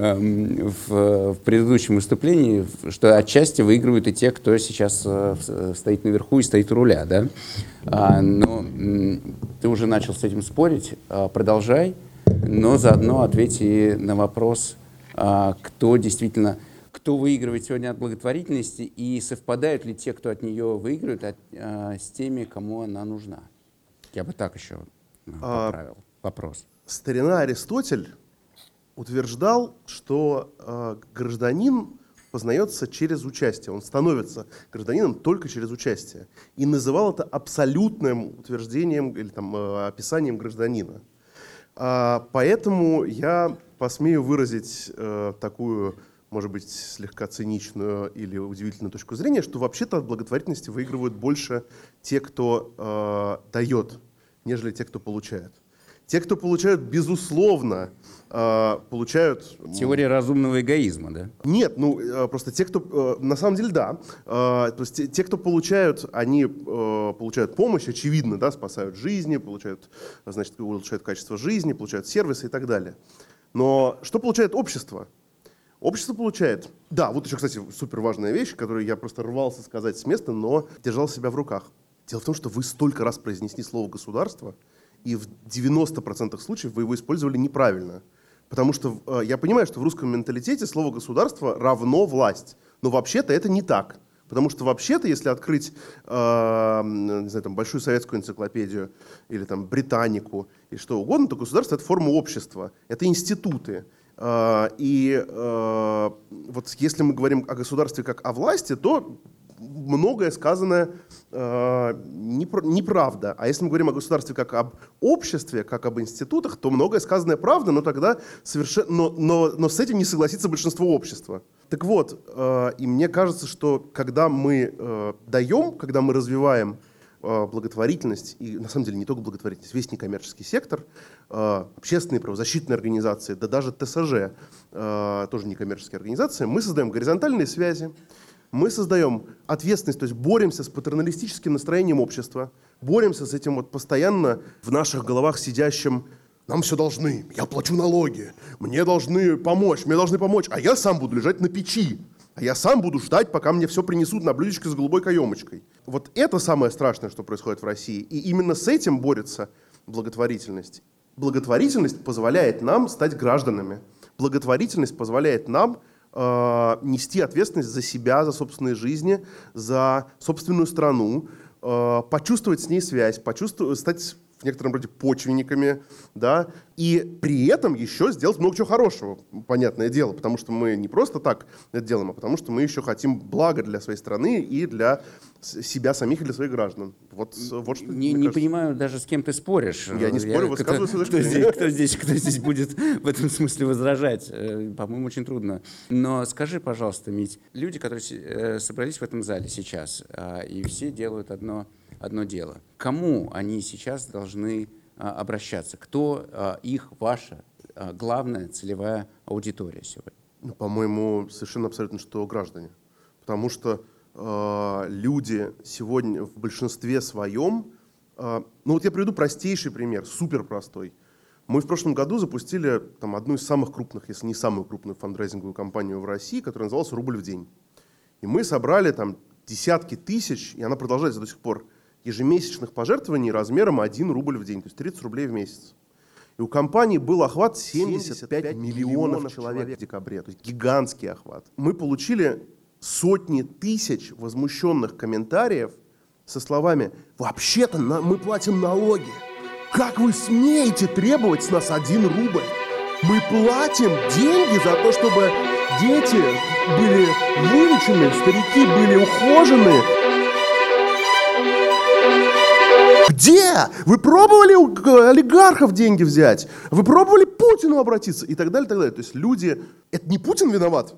э, в, в предыдущем выступлении, что отчасти выигрывают и те, кто сейчас э, стоит наверху и стоит у руля. Да? А, но э, ты уже начал с этим спорить, а, продолжай, но заодно ответь и на вопрос, а, кто действительно, кто выигрывает сегодня от благотворительности и совпадают ли те, кто от нее выигрывает, от, а, с теми, кому она нужна. Я бы так еще поправил. Вопрос. Старина Аристотель утверждал, что э, гражданин познается через участие. Он становится гражданином только через участие. И называл это абсолютным утверждением или там, э, описанием гражданина. А, поэтому я посмею выразить э, такую, может быть, слегка циничную или удивительную точку зрения, что вообще-то от благотворительности выигрывают больше те, кто э, дает, нежели те, кто получает. Те, кто получают, безусловно, э, получают... Теория разумного эгоизма, да? Нет, ну, э, просто те, кто... Э, на самом деле, да. Э, то есть те, те, кто получают, они э, получают помощь, очевидно, да, спасают жизни, получают, значит, улучшают качество жизни, получают сервисы и так далее. Но что получает общество? Общество получает... Да, вот еще, кстати, супер важная вещь, которую я просто рвался сказать с места, но держал себя в руках. Дело в том, что вы столько раз произнесли слово «государство», и в девяноста процентах случаев вы его использовали неправильно. Потому что э, я понимаю, что в русском менталитете слово «государство» равно власть. Но вообще-то это не так. Потому что вообще-то, если открыть э, не знаю, там, большую советскую энциклопедию или там, британику или что угодно, то государство — это форма общества, это институты. Э, и э, вот если мы говорим о государстве как о власти, то многое сказанное э, неправда. А если мы говорим о государстве как об обществе, как об институтах, то многое сказанное правда, но тогда совершенно, но, но, но с этим не согласится большинство общества. Так вот, э, и мне кажется, что когда мы э, даем, когда мы развиваем э, благотворительность, и на самом деле не только благотворительность, весь некоммерческий сектор, э, общественные правозащитные организации, да даже ТСЖ, э, тоже некоммерческие организации, мы создаем горизонтальные связи, мы создаем ответственность, то есть боремся с патерналистическим настроением общества, боремся с этим вот постоянно в наших головах сидящим «нам все должны, я плачу налоги, мне должны помочь, мне должны помочь, а я сам буду лежать на печи, а я сам буду ждать, пока мне все принесут на блюдечке с голубой каемочкой». Вот это самое страшное, что происходит в России. И именно с этим борется благотворительность. Благотворительность позволяет нам стать гражданами. Благотворительность позволяет нам нести ответственность за себя, за собственные жизни, за собственную страну, почувствовать с ней связь, почувствовать, стать в некотором роде почвенниками, да, и при этом еще сделать много чего хорошего, понятное дело, потому что мы не просто так это делаем, а потому что мы еще хотим блага для своей страны и для себя самих и для своих граждан. Вот, вот что, не, не понимаю даже, с кем ты споришь. Я не спорю, высказываю свою точку зрения. Кто здесь, кто здесь будет в этом смысле возражать? По-моему, очень трудно. Но скажи, пожалуйста, Мить, люди, которые собрались в этом зале сейчас, и все делают одно, одно дело. К кому они сейчас должны обращаться? Кто их, ваша главная целевая аудитория сегодня? Ну, по-моему, совершенно абсолютно, что граждане. Потому что э, люди сегодня в большинстве своем... Э, ну вот я приведу простейший пример, супер простой. Мы в прошлом году запустили там, одну из самых крупных, если не самую крупную фандрайзинговую кампанию в России, которая называлась «Рубль в день». И мы собрали там десятки тысяч, и она продолжается до сих пор, ежемесячных пожертвований размером один рубль в день, то есть тридцать рублей в месяц. И у компании был охват семьдесят пять миллионов человек в декабре, то есть гигантский охват. Мы получили сотни тысяч возмущенных комментариев со словами: «Вообще-то мы платим налоги. Как вы смеете требовать с нас один рубль? Мы платим деньги за то, чтобы дети были вылечены, старики были ухожены». Где? Вы пробовали у олигархов деньги взять? Вы пробовали Путину обратиться? И так далее, и так далее. То есть люди... Это не Путин виноват.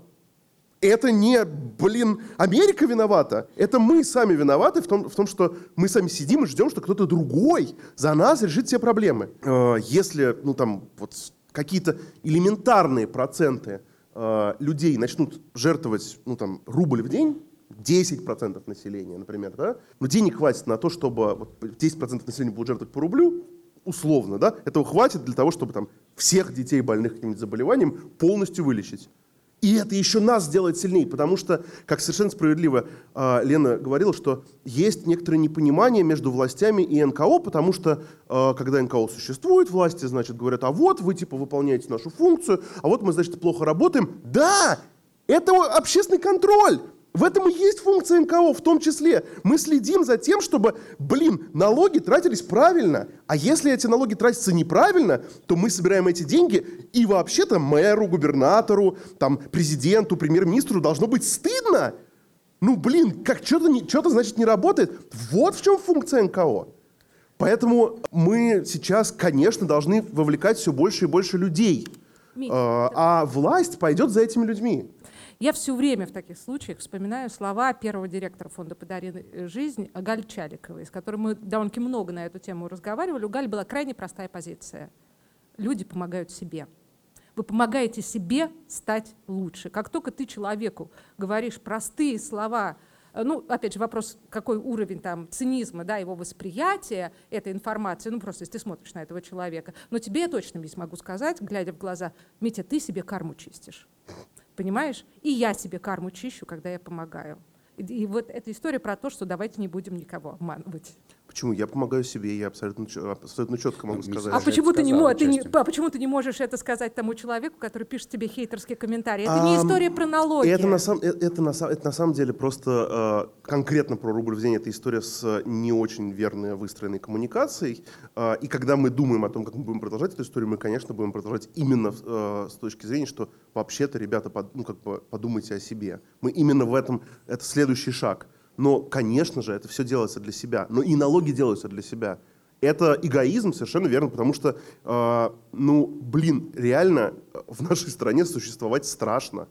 Это не, блин, Америка виновата. Это мы сами виноваты в том, в том, что мы сами сидим и ждем, что кто-то другой за нас решит все проблемы. Если, ну там, вот какие-то элементарные проценты людей начнут жертвовать, ну там, рубль в день, десять процентов населения, например, да, но денег хватит на то, чтобы вот, десять процентов населения будут жертвовать по рублю, условно, да, этого хватит для того, чтобы там всех детей, больных каким-нибудь заболеванием, полностью вылечить. И это еще нас сделает сильнее, потому что, как совершенно справедливо э, Лена говорила, что есть некоторое непонимание между властями и эн ка о, потому что, э, когда эн ка о существует, власти, значит, говорят: а вот вы, типа, выполняете нашу функцию, а вот мы, значит, плохо работаем. Да, это общественный контроль. В этом и есть функция эн ка о, в том числе. Мы следим за тем, чтобы, блин, налоги тратились правильно. А если эти налоги тратятся неправильно, то мы собираем эти деньги, и вообще-то мэру, губернатору, там, президенту, премьер-министру должно быть стыдно. Ну, блин, как что-то, что-то, значит, не работает. Вот в чем функция эн ка о. Поэтому мы сейчас, конечно, должны вовлекать все больше и больше людей. Мить, а, а власть пойдет за этими людьми. Я все время в таких случаях вспоминаю слова первого директора фонда «Подари жизнь» Гали Чаликовой, с которой мы довольно-таки много на эту тему разговаривали. У Гали была крайне простая позиция. Люди помогают себе. Вы помогаете себе стать лучше. Как только ты человеку говоришь простые слова, ну, опять же, вопрос, какой уровень там цинизма, да, его восприятия этой информации, ну, просто если ты смотришь на этого человека, но тебе я точно не смогу сказать, глядя в глаза: Митя, ты себе карму чистишь. Понимаешь? И я себе карму чищу, когда я помогаю. И, и вот эта история про то, что давайте не будем никого обманывать. Почему? Я помогаю себе, я абсолютно, абсолютно четко могу сказать. А почему ты, не, ты, не, а почему ты не можешь это сказать тому человеку, который пишет тебе хейтерские комментарии? Это а, не история про налоги. Это на, сам, это, это, на, это на самом деле просто э, конкретно про рубль в день. Это история с не очень верно выстроенной коммуникацией. Э, и когда мы думаем о том, как мы будем продолжать эту историю, мы, конечно, будем продолжать именно э, с точки зрения, что вообще-то, ребята, под, ну, как бы подумайте о себе. Мы именно в этом, это следующий шаг. Но, конечно же, это все делается для себя. Но и налоги делаются для себя. Это эгоизм, совершенно верно, потому что, э, ну, блин, реально в нашей стране существовать страшно.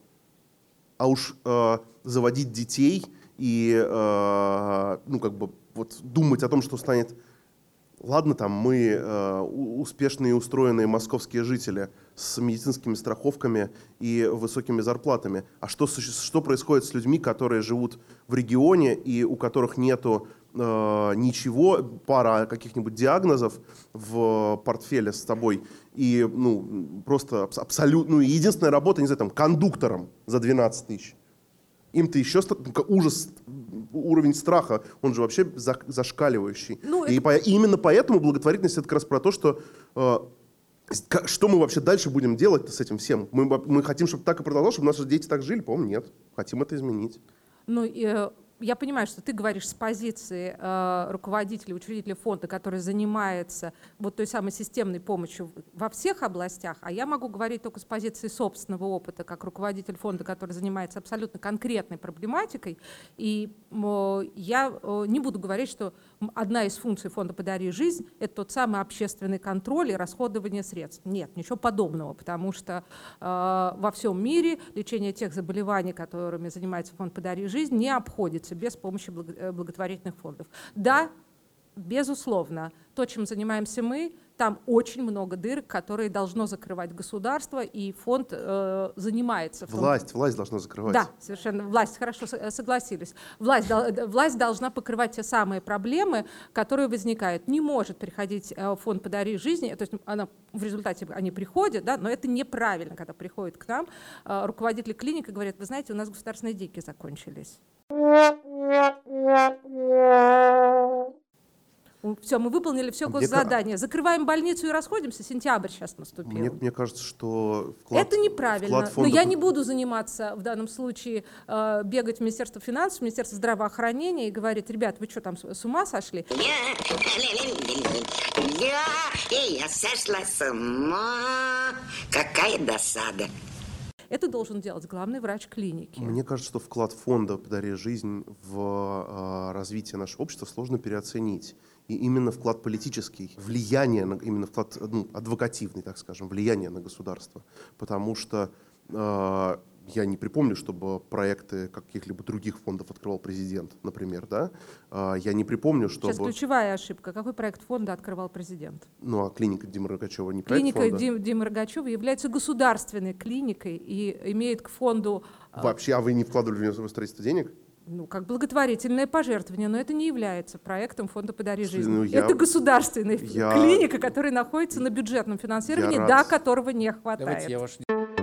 А уж э, заводить детей и, э, ну, как бы, вот думать о том, что станет... Ладно, там мы э, успешные и устроенные московские жители с медицинскими страховками и высокими зарплатами. А что, что происходит с людьми, которые живут в регионе и у которых нету э, ничего, пара каких-нибудь диагнозов в портфеле с тобой, и ну, просто абсолютно, ну, единственная работа, не знаю, там, кондуктором за двенадцать тысяч. Им-то еще ужас, уровень страха, он же вообще зашкаливающий. Ну, и, это... по, и именно поэтому благотворительность — это как раз про то, что э, что мы вообще дальше будем делать с этим всем. Мы, мы хотим, чтобы так и продолжалось, чтобы наши дети так жили? По-моему, нет. Хотим это изменить. Ну, и, я понимаю, что ты говоришь с позиции э, руководителя, учредителя фонда, который занимается вот той самой системной помощью во всех областях, а я могу говорить только с позиции собственного опыта, как руководитель фонда, который занимается абсолютно конкретной проблематикой. И э, я э, не буду говорить, что одна из функций фонда «Подари жизнь» — это тот самый общественный контроль и расходование средств. Нет, ничего подобного, потому что э, во всем мире лечение тех заболеваний, которыми занимается фонд «Подари жизнь», не обходится без помощи благотворительных фондов. Да, безусловно, то, чем занимаемся мы, там очень много дыр, которые должно закрывать государство, и фонд э, занимается. В том... Власть, власть должна закрывать. Да, совершенно. Власть, хорошо, согласились. Власть, власть должна покрывать те самые проблемы, которые возникают. Не может приходить фонд «Подари жизни», то есть она, в результате они приходят, да, но это неправильно, когда приходят к нам руководители клиник и говорят: вы знаете, у нас государственные деньги закончились. Все, мы выполнили все госзадание. Закрываем больницу и расходимся. Сентябрь сейчас наступил. Мне, мне кажется, что вклад, это неправильно. Вклад фонда... Но я не буду заниматься в данном случае э, бегать в Министерство финансов, в Министерство здравоохранения и говорить: ребят, вы что там с ума сошли? Я сошла с ума. Какая досада. Это должен делать главный врач клиники. Мне кажется, что вклад фонда «Подари жизнь» в э, развитие нашего общества сложно переоценить. И именно вклад политический, влияние, на, именно вклад ну, адвокативный, так скажем, влияние на государство. Потому что э, я не припомню, чтобы проекты каких-либо других фондов открывал президент, например. Да? Э, я не припомню, чтобы... Сейчас ключевая ошибка. Какой проект фонда открывал президент? Ну, а клиника Димы Рогачева не проект клиника фонда? Клиника Димы Рогачева является государственной клиникой и имеет к фонду... Вообще, а вы не вкладывали в строительство денег? Ну, как благотворительное пожертвование, но это не является проектом фонда «Подари жизнь». Ну, я, это государственная я, клиника, которая находится на бюджетном финансировании, до которого не хватает. Давайте я ваш...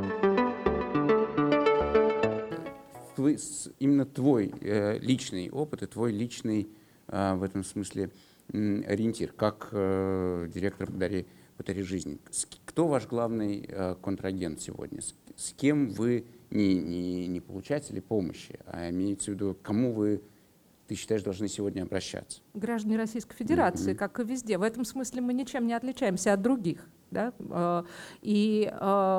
Твой, именно твой э, личный опыт и твой личный э, в этом смысле э, ориентир, как э, директор «Подари, «Подари жизнь». Кто ваш главный э, контрагент сегодня? С, с кем вы не, не, не получатели помощи, а имеется в виду, кому вы, ты считаешь, должны сегодня обращаться? Граждане Российской Федерации, mm-hmm. как и везде. В этом смысле мы ничем не отличаемся от других. Да? И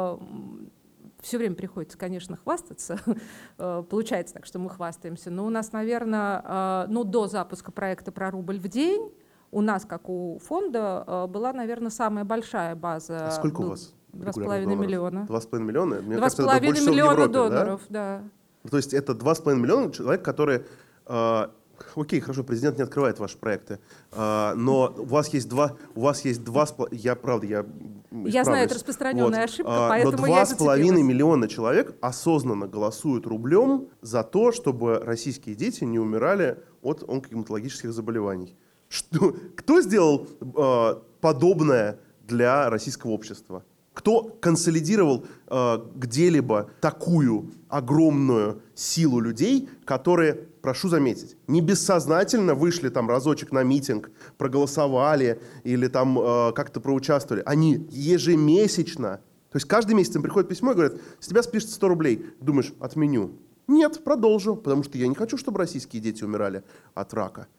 все время приходится, конечно, хвастаться. Получается так, что мы хвастаемся. Но у нас, наверное, ну, до запуска проекта «Про рубль в день» у нас, как у фонда, была, наверное, самая большая база. А сколько ну, у вас? Два с половиной миллиона. Два с половиной миллиона? Мне Два с половиной миллиона доноров, да? да. То есть это два с половиной миллиона человек, которые... Э, окей, хорошо, президент не открывает ваши проекты, э, но у вас есть два... У вас есть два... Я, правда, я Я знаю, это распространенная вот. ошибка, а, поэтому но я два с половиной миллиона человек осознанно голосуют рублем за то, чтобы российские дети не умирали от онкогематологических заболеваний. Что, кто сделал э, подобное для российского общества? Кто консолидировал э, где-либо такую огромную силу людей, которые, прошу заметить, не бессознательно вышли там разочек на митинг, проголосовали или там э, как-то проучаствовали. Они ежемесячно, то есть каждый месяц им приходит письмо и говорят: с тебя спишется сто рублей. Думаешь, отменю? Нет, продолжу, потому что я не хочу, чтобы российские дети умирали от рака.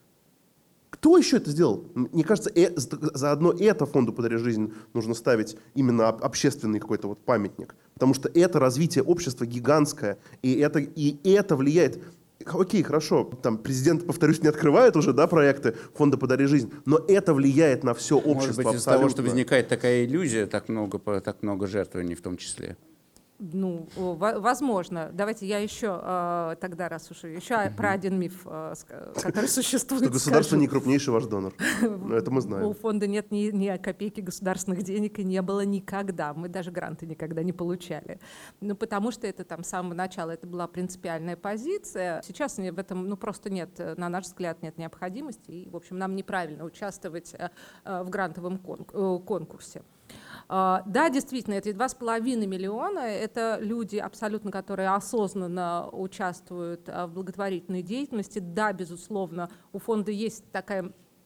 Кто еще это сделал? Мне кажется, э, заодно это фонду «Подари жизнь» нужно ставить именно общественный какой-то вот памятник. Потому что это развитие общества гигантское, и это, и это влияет... Окей, хорошо, там президент, повторюсь, не открывает уже, да, проекты фонда «Подари жизнь», но это влияет на все общество. Может быть, из-за абсолютно. того, что возникает такая иллюзия, так много, так много жертвований в том числе. Ну, возможно. Давайте я еще э, тогда, раз уж еще mm-hmm. про один миф, э, который существует. Что государство не крупнейший ваш донор. Это мы знаем. У фонда нет ни, ни копейки государственных денег и не было никогда. Мы даже гранты никогда не получали. Ну, потому что это там с самого начала это была принципиальная позиция. Сейчас в этом ну, просто нет, на наш взгляд, нет необходимости. И, в общем, нам неправильно участвовать э, в грантовом кон- конкурсе. Uh, да, действительно, эти два с половиной миллиона — это люди, абсолютно, которые осознанно участвуют uh, в благотворительной деятельности. Да, безусловно, у фонда есть такая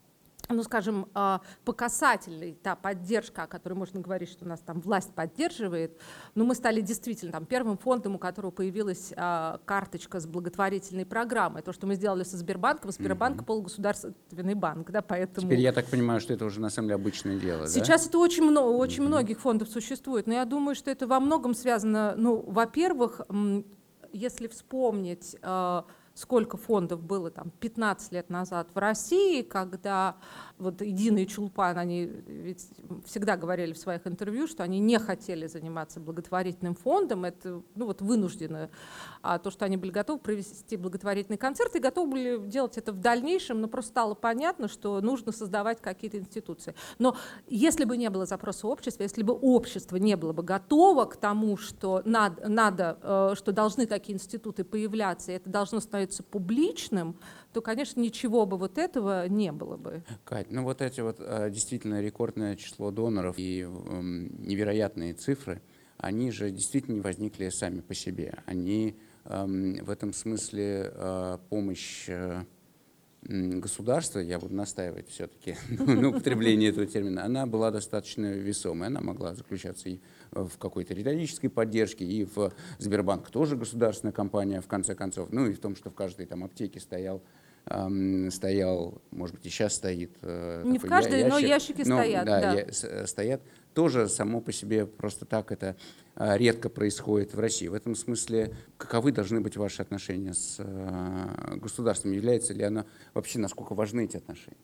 ну, скажем, по касательной та поддержка, о которой можно говорить, что нас там власть поддерживает, но мы стали действительно там первым фондом, у которого появилась а, карточка с благотворительной программой. То, что мы сделали со Сбербанком, Сбербанк mm-hmm. полугосударственный банк, да, поэтому... Теперь я так понимаю, что это уже на самом деле обычное дело, Сейчас да? это очень, много, очень mm-hmm. многих фондов существует, но я думаю, что это во многом связано, ну, во-первых, если вспомнить... сколько фондов было там пятнадцать лет назад в России, когда вот Эдина и Чулпан, они ведь всегда говорили в своих интервью, что они не хотели заниматься благотворительным фондом, это ну, вот вынуждено, а то, что они были готовы провести благотворительный концерт и готовы были делать это в дальнейшем, но просто стало понятно, что нужно создавать какие-то институции. Но если бы не было запроса общества, если бы общество не было бы готово к тому, что надо, надо что должны такие институты появляться, и это должно становиться публичным, то, конечно, ничего бы вот этого не было бы. Кать, ну вот эти вот действительно рекордное число доноров и невероятные цифры, они же действительно не возникли сами по себе. Они в этом смысле помощь государства, я буду настаивать все-таки на употреблении этого термина, она была достаточно весомой. Она могла заключаться и в какой-то риторической поддержке, и в Сбербанк тоже государственная компания, в конце концов, ну и в том, что в каждой там аптеке стоял, эм, стоял, может быть, и сейчас стоит э, не такой в каждой, ящик, но ящики но, стоят. Да, да. Я, стоят. Тоже само по себе просто так это э, редко происходит в России. В этом смысле, каковы должны быть ваши отношения с э, государством? Является ли оно вообще, насколько важны эти отношения?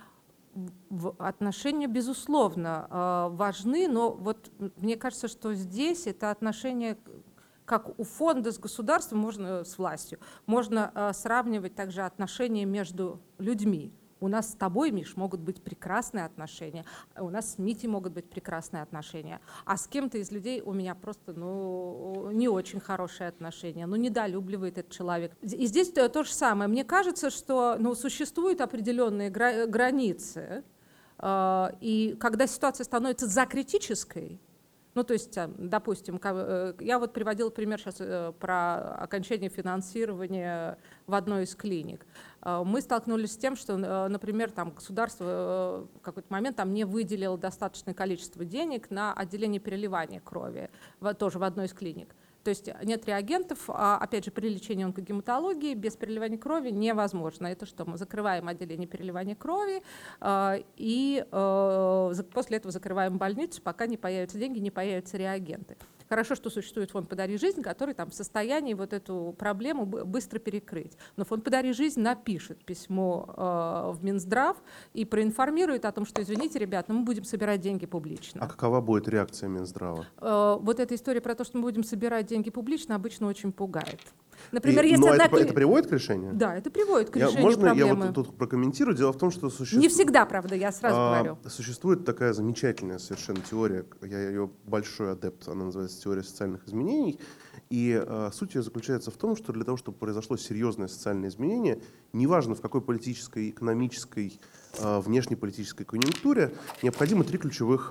Отношения, безусловно, важны, но вот мне кажется, что здесь это отношение, как у фонда с государством, можно с властью, можно сравнивать также отношения между людьми. У нас с тобой, Миш, могут быть прекрасные отношения, у нас с Митей могут быть прекрасные отношения, а с кем-то из людей у меня просто ну, не очень хорошие отношения, ну, недолюбливает этот человек. И здесь то, то же самое. Мне кажется, что ну, существуют определенные гра- границы, э, и когда ситуация становится закритической, ну, то есть, допустим, я вот приводила пример сейчас про окончание финансирования в одной из клиник. Мы столкнулись с тем, что, например, там государство в какой-то момент там не выделило достаточное количество денег на отделение переливания крови, тоже в одной из клиник. То есть нет реагентов, а, опять же, при лечении онкогематологии без переливания крови невозможно. Это что? Мы закрываем отделение переливания крови э, и э, после этого закрываем больницу, пока не появятся деньги, не появятся реагенты. Хорошо, что существует фонд «Подари жизнь», который там в состоянии вот эту проблему быстро перекрыть. Но фонд «Подари жизнь» напишет письмо э, в Минздрав и проинформирует о том, что, извините, ребят, но мы будем собирать деньги публично. А какова будет реакция Минздрава? Э, вот эта история про то, что мы будем собирать деньги публично, обычно очень пугает. Например, и, если но одна... это, это приводит к решению? Да, это приводит к я, решению можно проблемы. Можно я вот тут прокомментирую? Дело в том, что существует... Не всегда, правда, я сразу а, говорю. Существует такая замечательная совершенно теория, я ее большой адепт, она называется теория социальных изменений, и а, суть ее заключается в том, что для того, чтобы произошло серьезное социальное изменение, неважно в какой политической, экономической, а, внешнеполитической конъюнктуре, необходимо три ключевых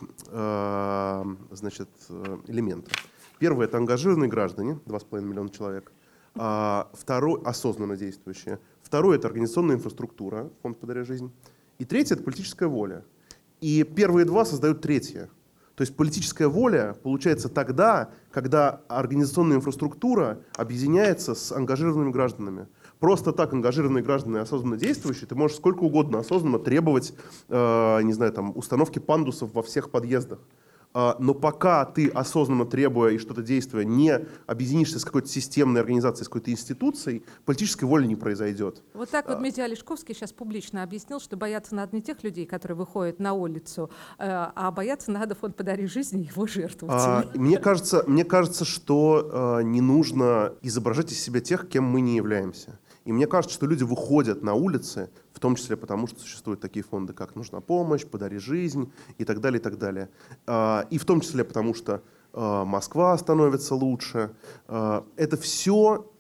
а, значит, элемента. Первое — это ангажированные граждане, два с половиной миллиона человек. А, второй — осознанно действующие. Второе — это организационная инфраструктура, фонд «Подари жизнь». И третье — это политическая воля. И первые два создают третье. То есть политическая воля получается тогда, когда организационная инфраструктура объединяется с ангажированными гражданами. Просто так ангажированные граждане, осознанно действующие, ты можешь сколько угодно осознанно требовать, э, не знаю, там, установки пандусов во всех подъездах. Но пока ты, осознанно требуя и что-то действуя, не объединишься с какой-то системной организацией, с какой-то институцией, политической воли не произойдет. Вот так вот Митя Олешковский сейчас публично объяснил, что бояться надо не тех людей, которые выходят на улицу, а бояться надо фонд «Подари жизнь» и его жертвователей. А, мне кажется, мне кажется, что а, не нужно изображать из себя тех, кем мы не являемся. И мне кажется, что люди выходят на улицы, в том числе потому, что существуют такие фонды, как «Нужна помощь», «Подари жизнь» и так далее, и так далее. И в том числе потому, что Москва становится лучше. Это все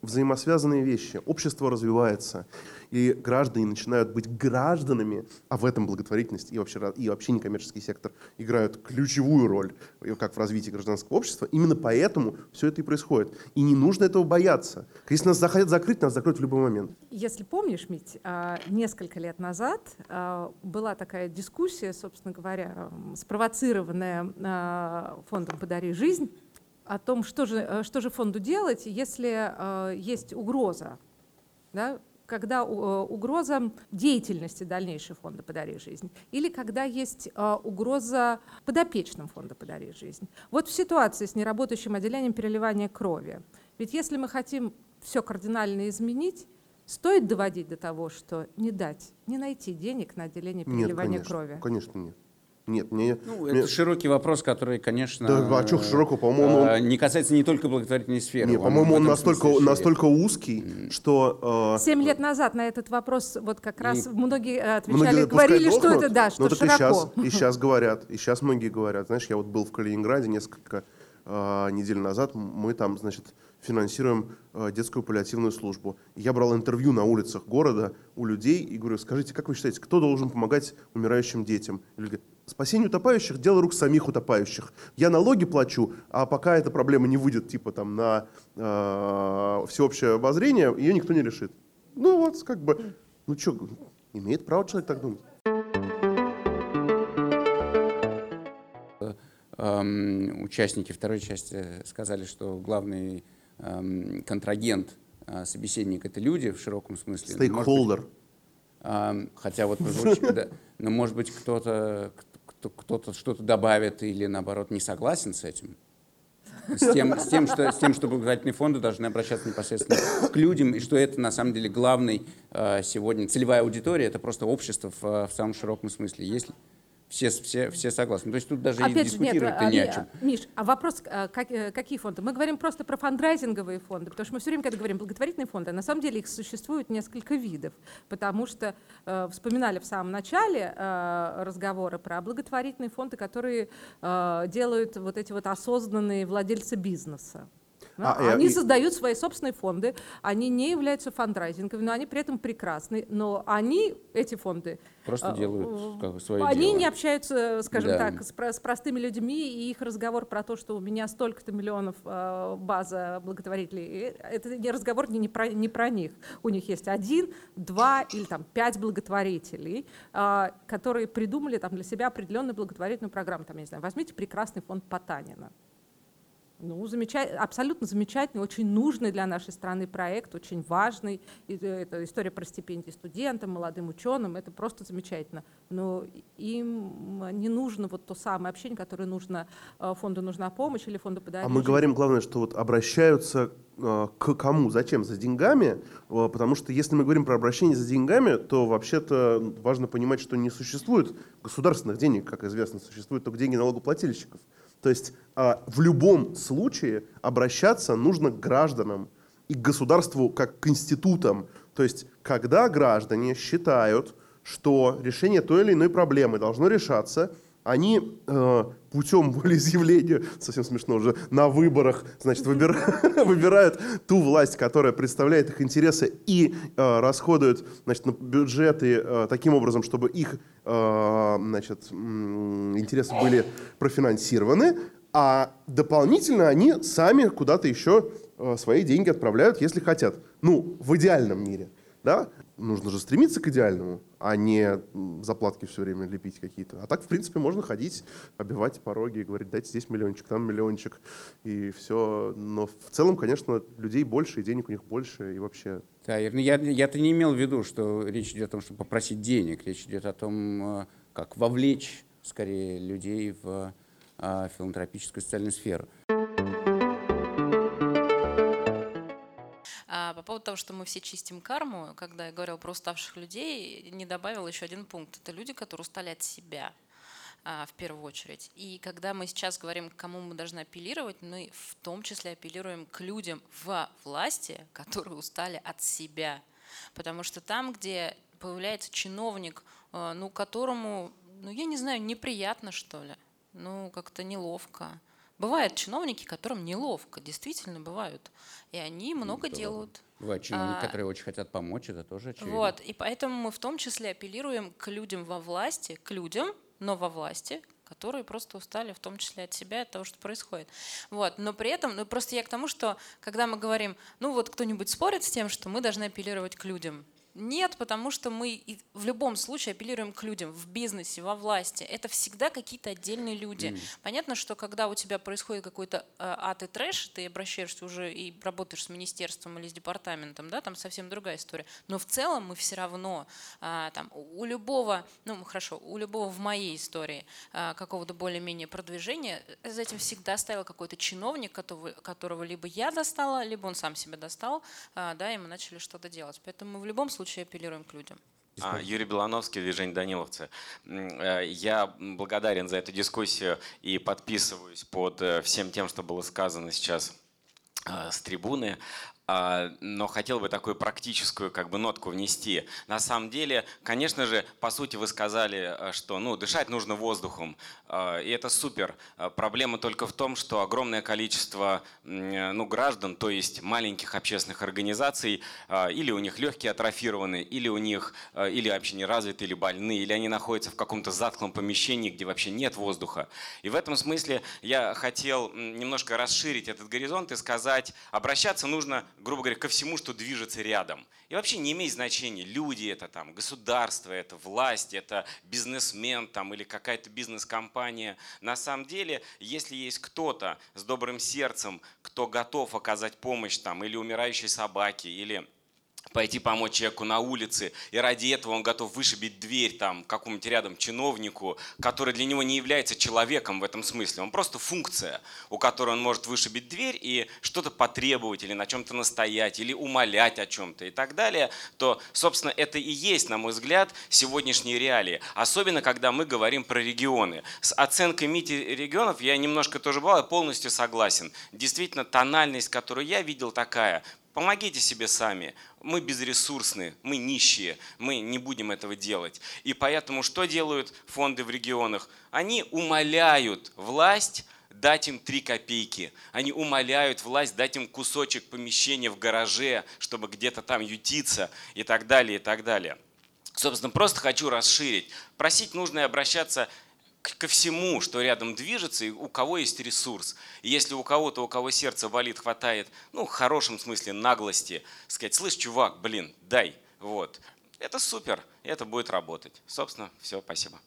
взаимосвязанные вещи. Общество развивается, и граждане начинают быть гражданами, а в этом благотворительность и вообще, и вообще некоммерческий сектор играют ключевую роль, как в развитии гражданского общества. Именно поэтому все это и происходит. И не нужно этого бояться. Если нас захотят закрыть, нас закроют в любой момент. Если помнишь, Мить, несколько лет назад была такая дискуссия, собственно говоря, спровоцированная фондом «Подари жизнь», о том, что же, что же фонду делать, если э, есть угроза, да, когда э, угроза деятельности дальнейшей фонда «Подари жизнь» или когда есть э, угроза подопечным фонда «Подари жизнь». Вот в ситуации с неработающим отделением переливания крови. Ведь если мы хотим все кардинально изменить, стоит доводить до того, что не дать, не найти денег на отделение переливания нет, конечно, крови? Конечно, нет. Нет, мне, ну, мне... это широкий вопрос, который, конечно, да, а что широкого, по-моему, он... не касается не только благотворительной сферы. Нет, по-моему, он настолько, настолько узкий, что... Семь лет назад на этот вопрос вот как раз и... многие отвечали, многие, говорили, что это, да, что ну, широко. И сейчас, и сейчас говорят, и сейчас многие говорят. Знаешь, я вот был в Калининграде несколько э, недель назад, мы там, значит, финансируем э, детскую паллиативную службу. Я брал интервью на улицах города у людей и говорю, скажите, как вы считаете, кто должен помогать умирающим детям? И люди говорят, спасение утопающих – дело рук самих утопающих. Я налоги плачу, а пока эта проблема не выйдет типа, там, на э, всеобщее обозрение, ее никто не решит. Ну вот, как бы, ну что, имеет право человек так думать. Эм, участники второй части сказали, что главный эм, контрагент, э, собеседник – это люди в широком смысле. Стейкхолдер. Эм, хотя вот, да, но может быть кто-то кто-то что-то добавит или, наоборот, не согласен с этим, с тем, с тем, что, с тем, что благотворительные фонды должны обращаться непосредственно к людям, и что это, на самом деле, главный э, сегодня, целевая аудитория, это просто общество в, в самом широком смысле. Если все, все, все согласны. То есть тут даже Опять и же, нет, дискутировать-то не о чем. Миш, а вопрос, как, какие фонды? Мы говорим просто про фандрайзинговые фонды, потому что мы все время, когда говорим благотворительные фонды, на самом деле их существует несколько видов, потому что э, вспоминали в самом начале э, разговора про благотворительные фонды, которые э, делают вот эти вот осознанные владельцы бизнеса. Да? А, они и... создают свои собственные фонды, они не являются фандрайзинговыми, но они при этом прекрасны. Но они, эти фонды, просто делают как, свое они дело. не общаются, скажем да. так, с, с простыми людьми, и их разговор про то, что у меня столько-то миллионов э, база благотворителей, это не разговор не, не, про, не про них. У них есть один, два или там пять благотворителей, э, которые придумали там, для себя определенную благотворительную программу. Там, я не знаю, возьмите прекрасный фонд Потанина. Ну, замечательный, абсолютно замечательный, очень нужный для нашей страны проект, очень важный. Это история про стипендии студентам, молодым ученым, это просто замечательно. Но им не нужно вот то самое общение, которое нужно фонду «Нужна помощь» или фонду «Подари А мы жизнь». говорим, главное, что вот обращаются э, к кому? Зачем? За деньгами? Э, потому что если мы говорим про обращение за деньгами, то вообще-то важно понимать, что не существует государственных денег, как известно, существуют только деньги налогоплательщиков. То есть а, в любом случае обращаться нужно к гражданам и к государству как к институтам. То есть когда граждане считают, что решение той или иной проблемы должно решаться, они э, путем волеизъявления, совсем смешно уже, на выборах, значит, выбира, выбирают ту власть, которая представляет их интересы и э, расходуют, значит, на бюджеты э, таким образом, чтобы их э, значит, интересы были профинансированы, а дополнительно они сами куда-то еще э, свои деньги отправляют, если хотят. Ну, в идеальном мире. Да? Нужно же стремиться к идеальному, а не заплатки все время лепить какие-то. А так, в принципе, можно ходить, оббивать пороги и говорить, дайте здесь миллиончик, там миллиончик, и все. Но в целом, конечно, людей больше, и денег у них больше, и вообще... Да, я, я-то не имел в виду, что речь идет о том, чтобы попросить денег. Речь идет о том, как вовлечь, скорее, людей в а, филантропическую социальную сферу. По поводу того, что мы все чистим карму, когда я говорила про уставших людей, не добавила еще один пункт. Это люди, которые устали от себя в первую очередь. И когда мы сейчас говорим, к кому мы должны апеллировать, мы в том числе апеллируем к людям во власти, которые устали от себя. Потому что там, где появляется чиновник, ну, которому, ну, я не знаю, неприятно, что ли, ну, как-то неловко, Бывают чиновники, которым неловко, действительно бывают. И они много делают. Бывают чиновники, А, которые очень хотят помочь, это тоже очевидно. Вот, и поэтому мы в том числе апеллируем к людям во власти, к людям, но во власти, которые просто устали, в том числе от себя, от того, что происходит. Вот. Но при этом, ну просто я к тому, что когда мы говорим, ну вот кто-нибудь спорит с тем, что мы должны апеллировать к людям. Нет, потому что мы в любом случае апеллируем к людям в бизнесе, во власти. Это всегда какие-то отдельные люди. Mm. Понятно, что когда у тебя происходит какой-то э, ад и трэш, ты обращаешься уже и работаешь с министерством или с департаментом, да, там совсем другая история. Но в целом мы все равно э, там, у любого, ну хорошо, у любого в моей истории э, какого-то более-менее продвижения за этим всегда стоял какой-то чиновник, которого, которого либо я достала, либо он сам себя достал, э, да, и мы начали что-то делать. Поэтому мы в любом случае апеллируем к людям. Юрий Белановский, движение «Даниловцы». Я благодарен за эту дискуссию и подписываюсь под всем тем, что было сказано сейчас с трибуны. Но хотел бы такую практическую как бы нотку внести. На самом деле, конечно же, по сути вы сказали, что ну, дышать нужно воздухом. И это супер. Проблема только в том, что огромное количество ну, граждан, то есть маленьких общественных организаций, или у них легкие атрофированы, или у них или вообще не развиты, или больны, или они находятся в каком-то затхлом помещении, где вообще нет воздуха. И в этом смысле я хотел немножко расширить этот горизонт и сказать, обращаться нужно, грубо говоря, ко всему, что движется рядом. И вообще не имеет значения, люди это там, государство это, власть, это бизнесмен там, или какая-то бизнес-компания. На самом деле, если есть кто-то с добрым сердцем, кто готов оказать помощь там, или умирающей собаке, или пойти помочь человеку на улице, и ради этого он готов вышибить дверь там, какому-нибудь рядом чиновнику, который для него не является человеком в этом смысле. Он просто функция, у которой он может вышибить дверь и что-то потребовать, или на чем-то настоять, или умолять о чем-то и так далее, то, собственно, это и есть, на мой взгляд, сегодняшние реалии. Особенно, когда мы говорим про регионы. С оценкой МИТи регионов я немножко тоже был, я полностью согласен. Действительно, тональность, которую я видел, такая – помогите себе сами. Мы безресурсны, мы нищие, мы не будем этого делать. И поэтому что делают фонды в регионах? Они умоляют власть дать им три копейки. Они умоляют власть дать им кусочек помещения в гараже, чтобы где-то там ютиться и так далее, и так далее. Собственно, просто хочу расширить. Просить нужно и обращаться ко всему, что рядом движется, и у кого есть ресурс. И если у кого-то, у кого сердце болит, хватает, ну, в хорошем смысле наглости, сказать, слышь, чувак, блин, дай. Вот. Это супер, это будет работать. Собственно, все, спасибо.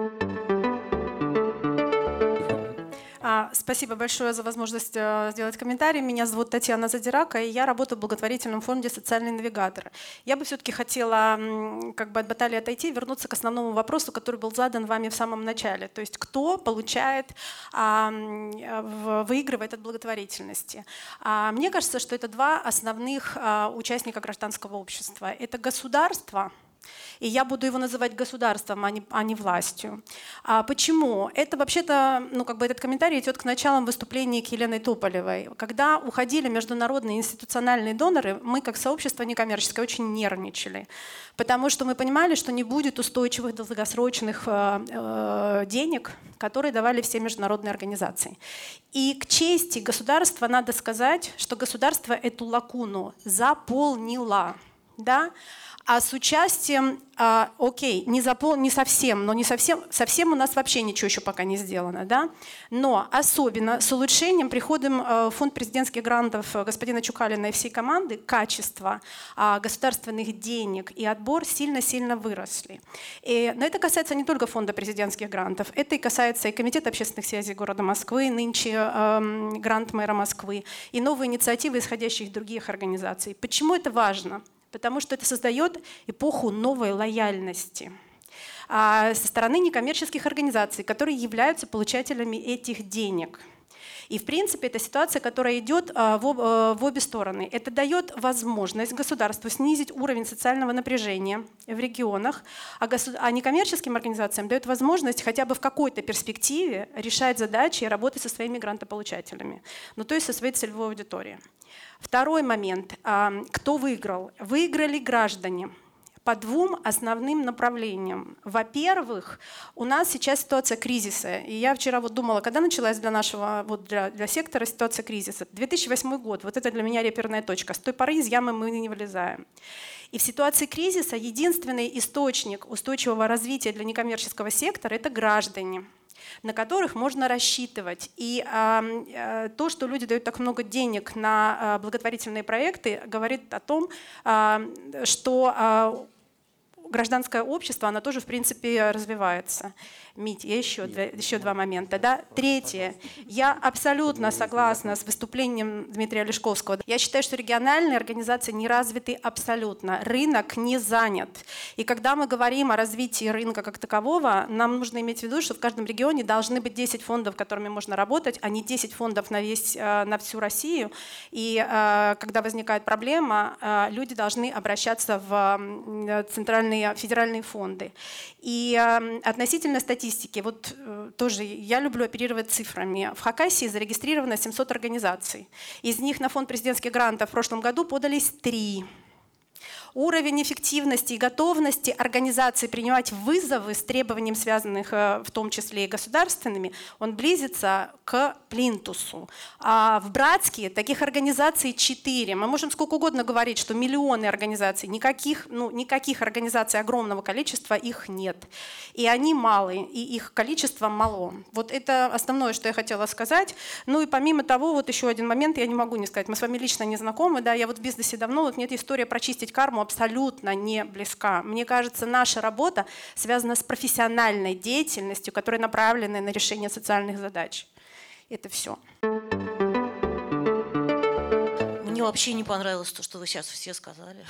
Спасибо большое за возможность сделать комментарий. Меня зовут Татьяна Задирака, и я работаю в благотворительном фонде «Социальный навигатор». Я бы все-таки хотела как бы от баталии отойти и вернуться к основному вопросу, который был задан вами в самом начале. То есть кто получает, выигрывает от благотворительности. Мне кажется, что это два основных участника гражданского общества. Это государство, и я буду его называть государством, а не, а не властью. А почему? Это вообще-то, ну, как бы этот комментарий идет к началам выступления Елены Туполевой. Когда уходили международные институциональные доноры, мы, как сообщество некоммерческое, очень нервничали, потому что мы понимали, что не будет устойчивых долгосрочных э, э, денег, которые давали все международные организации. И к чести государства надо сказать, что государство эту лакуну заполнило. Да? А с участием, а, окей, не, запол, не совсем, но не совсем, совсем у нас вообще ничего еще пока не сделано, да? Но особенно с улучшением приходом в фонд президентских грантов господина Чукалина и всей команды качество а, государственных денег и отбор сильно-сильно выросли. И, но это касается не только фонда президентских грантов, это и касается и Комитета общественных связей города Москвы, нынче э, грант мэра Москвы, и новые инициативы, исходящие из других организаций. Почему это важно? Потому что это создает эпоху новой лояльности со стороны некоммерческих организаций, которые являются получателями этих денег. И в принципе это ситуация, которая идет в обе стороны. Это дает возможность государству снизить уровень социального напряжения в регионах, а некоммерческим организациям дает возможность хотя бы в какой-то перспективе решать задачи и работать со своими грантополучателями, ну то есть со своей целевой аудиторией. Второй момент. Кто выиграл? Выиграли граждане. по двум основным направлениям. Во-первых, у нас сейчас ситуация кризиса. И я вчера вот думала, когда началась для нашего, вот для, для сектора ситуация кризиса. две тысячи восьмой год, вот это для меня реперная точка. С той поры из ямы мы не вылезаем. И в ситуации кризиса единственный источник устойчивого развития для некоммерческого сектора – это граждане, на которых можно рассчитывать. И э, то, что люди дают так много денег на э, благотворительные проекты, говорит о том, э, что э, гражданское общество, оно тоже, в принципе, развивается. Мить, я еще, два, еще два момента. Да? Третье. Я абсолютно согласна с выступлением Дмитрия Олешковского. Я считаю, что региональные организации не развиты абсолютно. Рынок не занят. И когда мы говорим о развитии рынка как такового, нам нужно иметь в виду, что в каждом регионе должны быть десять фондов, которыми можно работать, а не десять фондов на, весь, на всю Россию. И когда возникает проблема, люди должны обращаться в центральные федеральные фонды. И относительно статистики, вот э, тоже я люблю оперировать цифрами. В Хакасии зарегистрировано семьсот организаций. Из них на фонд президентских грантов в прошлом году подались три. Уровень эффективности и готовности организации принимать вызовы с требованием, связанных в том числе и государственными, он близится к плинтусу. А в Братске таких организаций четыре. Мы можем сколько угодно говорить, что миллионы организаций, никаких, ну, никаких организаций огромного количества их нет. И они малые, и их количество мало. Вот это основное, что я хотела сказать. Ну и помимо того, вот еще один момент, я не могу не сказать. Мы с вами лично не знакомы, да, я вот в бизнесе давно, вот нет, история прочистить карму абсолютно не близка. Мне кажется, наша работа связана с профессиональной деятельностью, которая направлена на решение социальных задач. Это все. Мне вообще не понравилось то, что вы сейчас все сказали.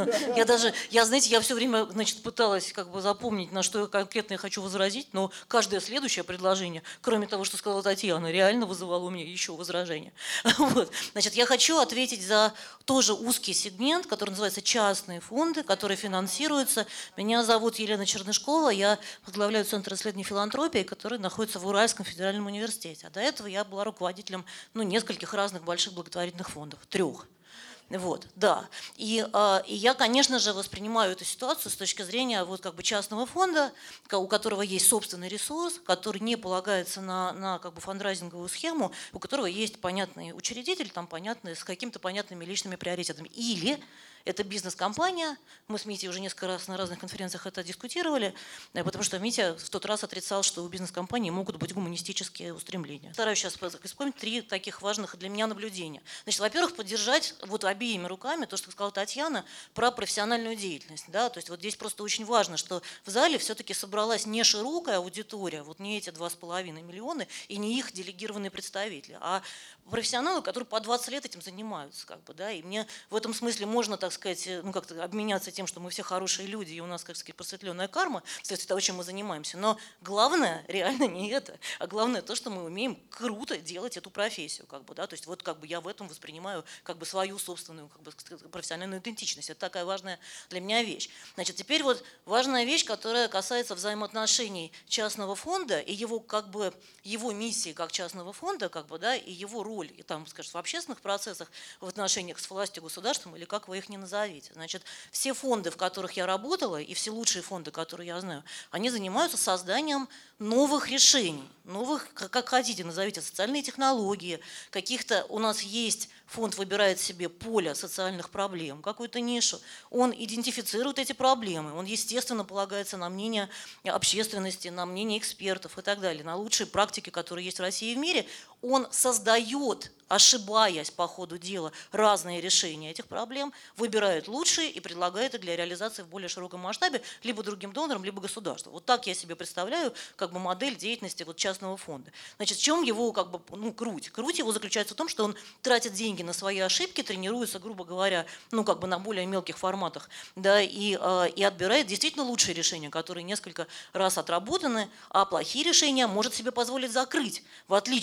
Я даже, я, знаете, я все время, значит, пыталась как бы запомнить, на что конкретно я хочу возразить, но каждое следующее предложение, кроме того, что сказала Татьяна, реально вызывало у меня еще возражения. Вот. Значит, я хочу ответить за тоже узкий сегмент, который называется частные фонды, которые финансируются. Меня зовут Елена Чернышкова, я возглавляю Центр исследований филантропии, который находится в Уральском федеральном университете. А до этого я была руководителем, ну, нескольких разных больших благотворительных фондов, трех. Вот, да. И, э, и я, конечно же, воспринимаю эту ситуацию с точки зрения вот, как бы частного фонда, у которого есть собственный ресурс, который не полагается на, на как бы фандрайзинговую схему, у которого есть понятный учредитель, там, понятный, с какими-то понятными личными приоритетами. Или это бизнес-компания, мы с Митей уже несколько раз на разных конференциях это дискутировали, потому что Митя в тот раз отрицал, что у бизнес-компании могут быть гуманистические устремления. Стараюсь сейчас вспомнить три таких важных для меня наблюдения. Значит, во-первых, поддержать вот обеими руками то, что сказала Татьяна про профессиональную деятельность. Да? То есть вот здесь просто очень важно, что в зале все-таки собралась не широкая аудитория, вот не эти два с половиной миллиона и не их делегированные представители, а профессионалы, которые по двадцать лет этим занимаются. Как бы, да? И мне в этом смысле можно, так сказать, ну, как-то обменяться тем, что мы все хорошие люди, и у нас, как сказать, просветленная карма, вследствие того, чем мы занимаемся. Но главное реально не это, а главное то, что мы умеем круто делать эту профессию. Как бы, да? То есть вот как бы я в этом воспринимаю как бы свою собственную как бы, профессиональную идентичность. Это такая важная для меня вещь. Значит, теперь вот важная вещь, которая касается взаимоотношений частного фонда и его, как бы, его миссии как частного фонда, как бы, да, и его роль и там, скажем, в общественных процессах в отношениях с властью, государством, или как вы их ни назовите. Значит, все фонды, в которых я работала, и все лучшие фонды, которые я знаю, они занимаются созданием новых решений, новых, как хотите, назовите, социальные технологии, каких-то у нас есть, фонд выбирает себе поле социальных проблем, какую-то нишу, он идентифицирует эти проблемы, он, естественно, полагается на мнение общественности, на мнение экспертов и так далее, на лучшие практики, которые есть в России и в мире, он создает, ошибаясь по ходу дела, разные решения этих проблем, выбирает лучшие и предлагает их для реализации в более широком масштабе либо другим донорам, либо государству. Вот так я себе представляю как бы модель деятельности вот частного фонда. Значит, в чем его как бы, ну, круть? Круть его заключается в том, что он тратит деньги на свои ошибки, тренируется, грубо говоря, ну, как бы на более мелких форматах, да, и, э, и отбирает действительно лучшие решения, которые несколько раз отработаны, а плохие решения может себе позволить закрыть, в отличие от больших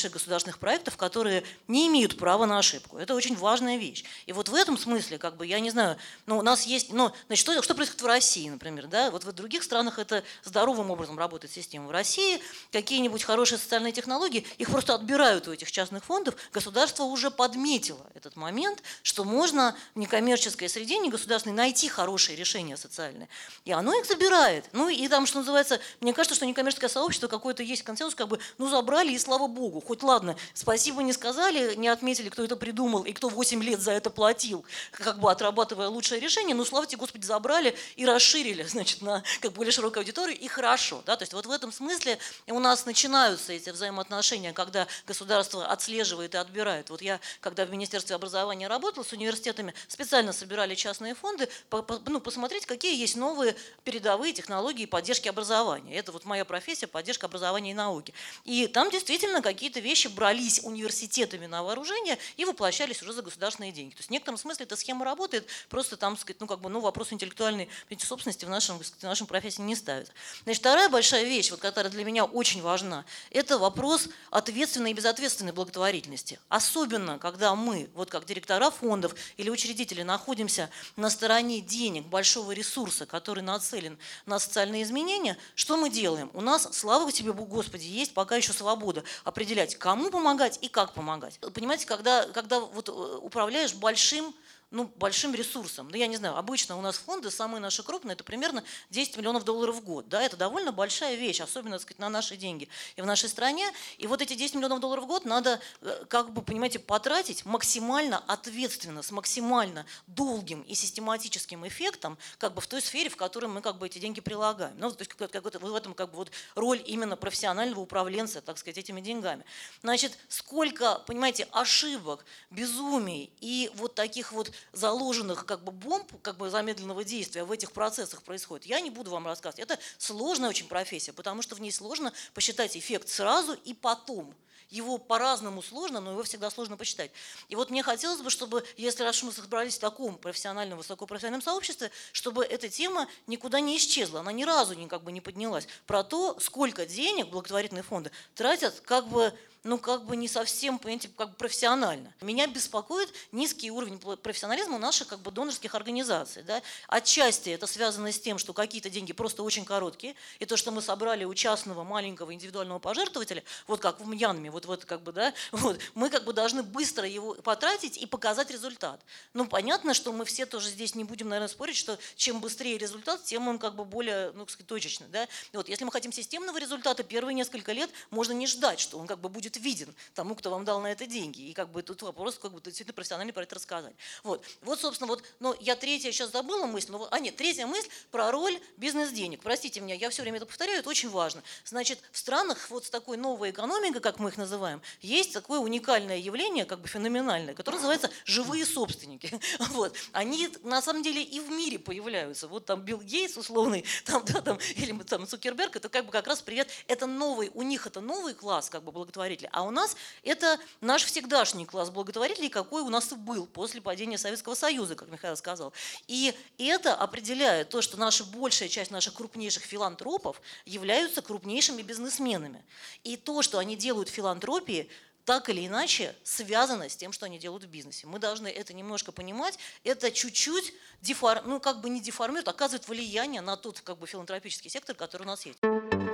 больших государственных проектов, которые не имеют права на ошибку. Это очень важная вещь. И вот в этом смысле, как бы, я не знаю, ну, у нас есть, ну, значит, что, что происходит в России, например, да? Вот в других странах это здоровым образом работает система. В России какие-нибудь хорошие социальные технологии, их просто отбирают у этих частных фондов. Государство уже подметило этот момент, что можно в некоммерческой среде, негосударственной, найти хорошие решения социальные. И оно их забирает. Ну и там, что называется, мне кажется, что некоммерческое сообщество какое-то есть консенсус, как бы, ну забрали и слава богу. Хоть ладно, спасибо не сказали, не отметили, кто это придумал и кто восемь лет за это платил, как бы отрабатывая лучшее решение, ну слава тебе, Господи, забрали и расширили, значит, на как более широкую аудиторию, и хорошо. Да? То есть вот в этом смысле у нас начинаются эти взаимоотношения, когда государство отслеживает и отбирает. Вот я, когда в Министерстве образования работала с университетами, специально собирали частные фонды, по, по, ну, посмотреть, какие есть новые передовые технологии поддержки образования. Это вот моя профессия, поддержка образования и науки. И там действительно какие-то вещи брались университетами на вооружение и воплощались уже за государственные деньги. То есть в некотором смысле эта схема работает, просто там, сказать, ну, как бы, ну, вопрос интеллектуальной собственности в нашем, в нашем профессии не ставится. Значит, вторая большая вещь, вот, которая для меня очень важна, это вопрос ответственной и безответственной благотворительности. Особенно, когда мы, вот как директора фондов или учредители, находимся на стороне денег, большого ресурса, который нацелен на социальные изменения, что мы делаем? У нас, слава тебе, Господи, есть пока еще свобода определять, кому помогать и как помогать. Понимаете, когда, когда вот управляешь большим, ну, большим ресурсом. Ну, я не знаю, обычно у нас фонды, самые наши крупные, это примерно десять миллионов долларов в год. Да? Это довольно большая вещь, особенно, так сказать, на наши деньги и в нашей стране. И вот эти десять миллионов долларов в год надо, как бы, понимаете, потратить максимально ответственно, с максимально долгим и систематическим эффектом, как бы в той сфере, в которой мы, как бы, эти деньги прилагаем. Ну, то есть как, как, в этом, как бы, вот роль именно профессионального управленца, так сказать, этими деньгами. Значит, сколько, понимаете, ошибок, безумий и вот таких вот заложенных, как бы, бомб, как бы, замедленного действия в этих процессах происходит, я не буду вам рассказывать. Это сложная очень профессия, потому что в ней сложно посчитать эффект сразу и потом. Его по-разному сложно, но его всегда сложно посчитать. И вот мне хотелось бы, чтобы, если раз мы собрались в таком профессиональном, высокопрофессиональном сообществе, чтобы эта тема никуда не исчезла, она ни разу не, как бы, не поднялась. Про то, сколько денег благотворительные фонды тратят, как бы, ну, как бы не совсем, понимаете, как бы профессионально. Меня беспокоит низкий уровень профессионализма наших, как бы, донорских организаций. Да? Отчасти это связано с тем, что какие-то деньги просто очень короткие, и то, что мы собрали у частного маленького индивидуального пожертвователя, вот как в Мьянме, вот, вот, как бы, да, вот, мы, как бы, должны быстро его потратить и показать результат. Ну, понятно, что мы все тоже здесь не будем, наверное, спорить, что чем быстрее результат, тем он, как бы, более, ну, так сказать, точечный. Да? И вот, если мы хотим системного результата, первые несколько лет можно не ждать, что он, как бы, будет виден тому, кто вам дал на это деньги. И, как бы, тут вопрос, как бы, действительно профессионально про это рассказать. Вот, вот, собственно, вот, но я третья сейчас забыла мысль, но, а нет, третья мысль про роль бизнес-денег. Простите меня, я все время это повторяю, это очень важно. Значит, в странах вот с такой новой экономикой, как мы их называем, есть такое уникальное явление, как бы феноменальное, которое называется живые собственники. Вот. Они на самом деле и в мире появляются. Вот там Билл Гейтс условный, там, да, там, или там Цукерберг, это, как бы, как раз привет. Это новый, у них это новый класс, как бы, благотворителей, а у нас это наш всегдашний класс благотворителей, какой у нас и был после падения Советского Союза, как Михаил сказал. И это определяет то, что наша большая часть наших крупнейших филантропов являются крупнейшими бизнесменами. И то, что они делают в филантропии, так или иначе связано с тем, что они делают в бизнесе. Мы должны это немножко понимать. Это чуть-чуть, дефор... ну, как бы не деформирует, оказывает влияние на тот, как бы, филантропический сектор, который у нас есть.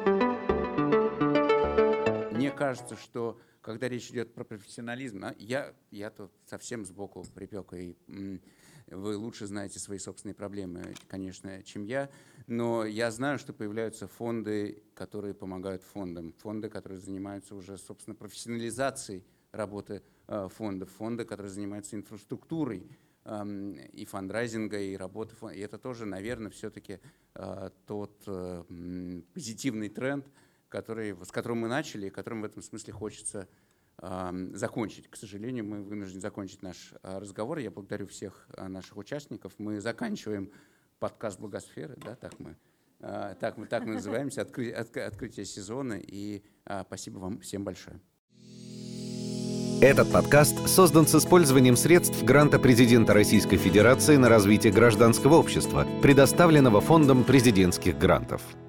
Мне кажется, что когда речь идет про профессионализм, я, я-то совсем сбоку припек, и вы лучше знаете свои собственные проблемы, конечно, чем я, но я знаю, что появляются фонды, которые помогают фондам, фонды, которые занимаются уже, собственно, профессионализацией работы фондов, фонды, которые занимаются инфраструктурой и фандрайзинга, и работы фонда. И это тоже, наверное, все-таки тот позитивный тренд, который, с которым мы начали, и которым в этом смысле хочется э, закончить. К сожалению, мы вынуждены закончить наш э, разговор. Я благодарю всех э, наших участников. Мы заканчиваем подкаст «Благосферы», да, так мы, э, так мы, так мы называемся, откры, от, открытие сезона. И э, спасибо вам всем большое. Этот подкаст создан с использованием средств гранта президента Российской Федерации на развитие гражданского общества, предоставленного Фондом президентских грантов.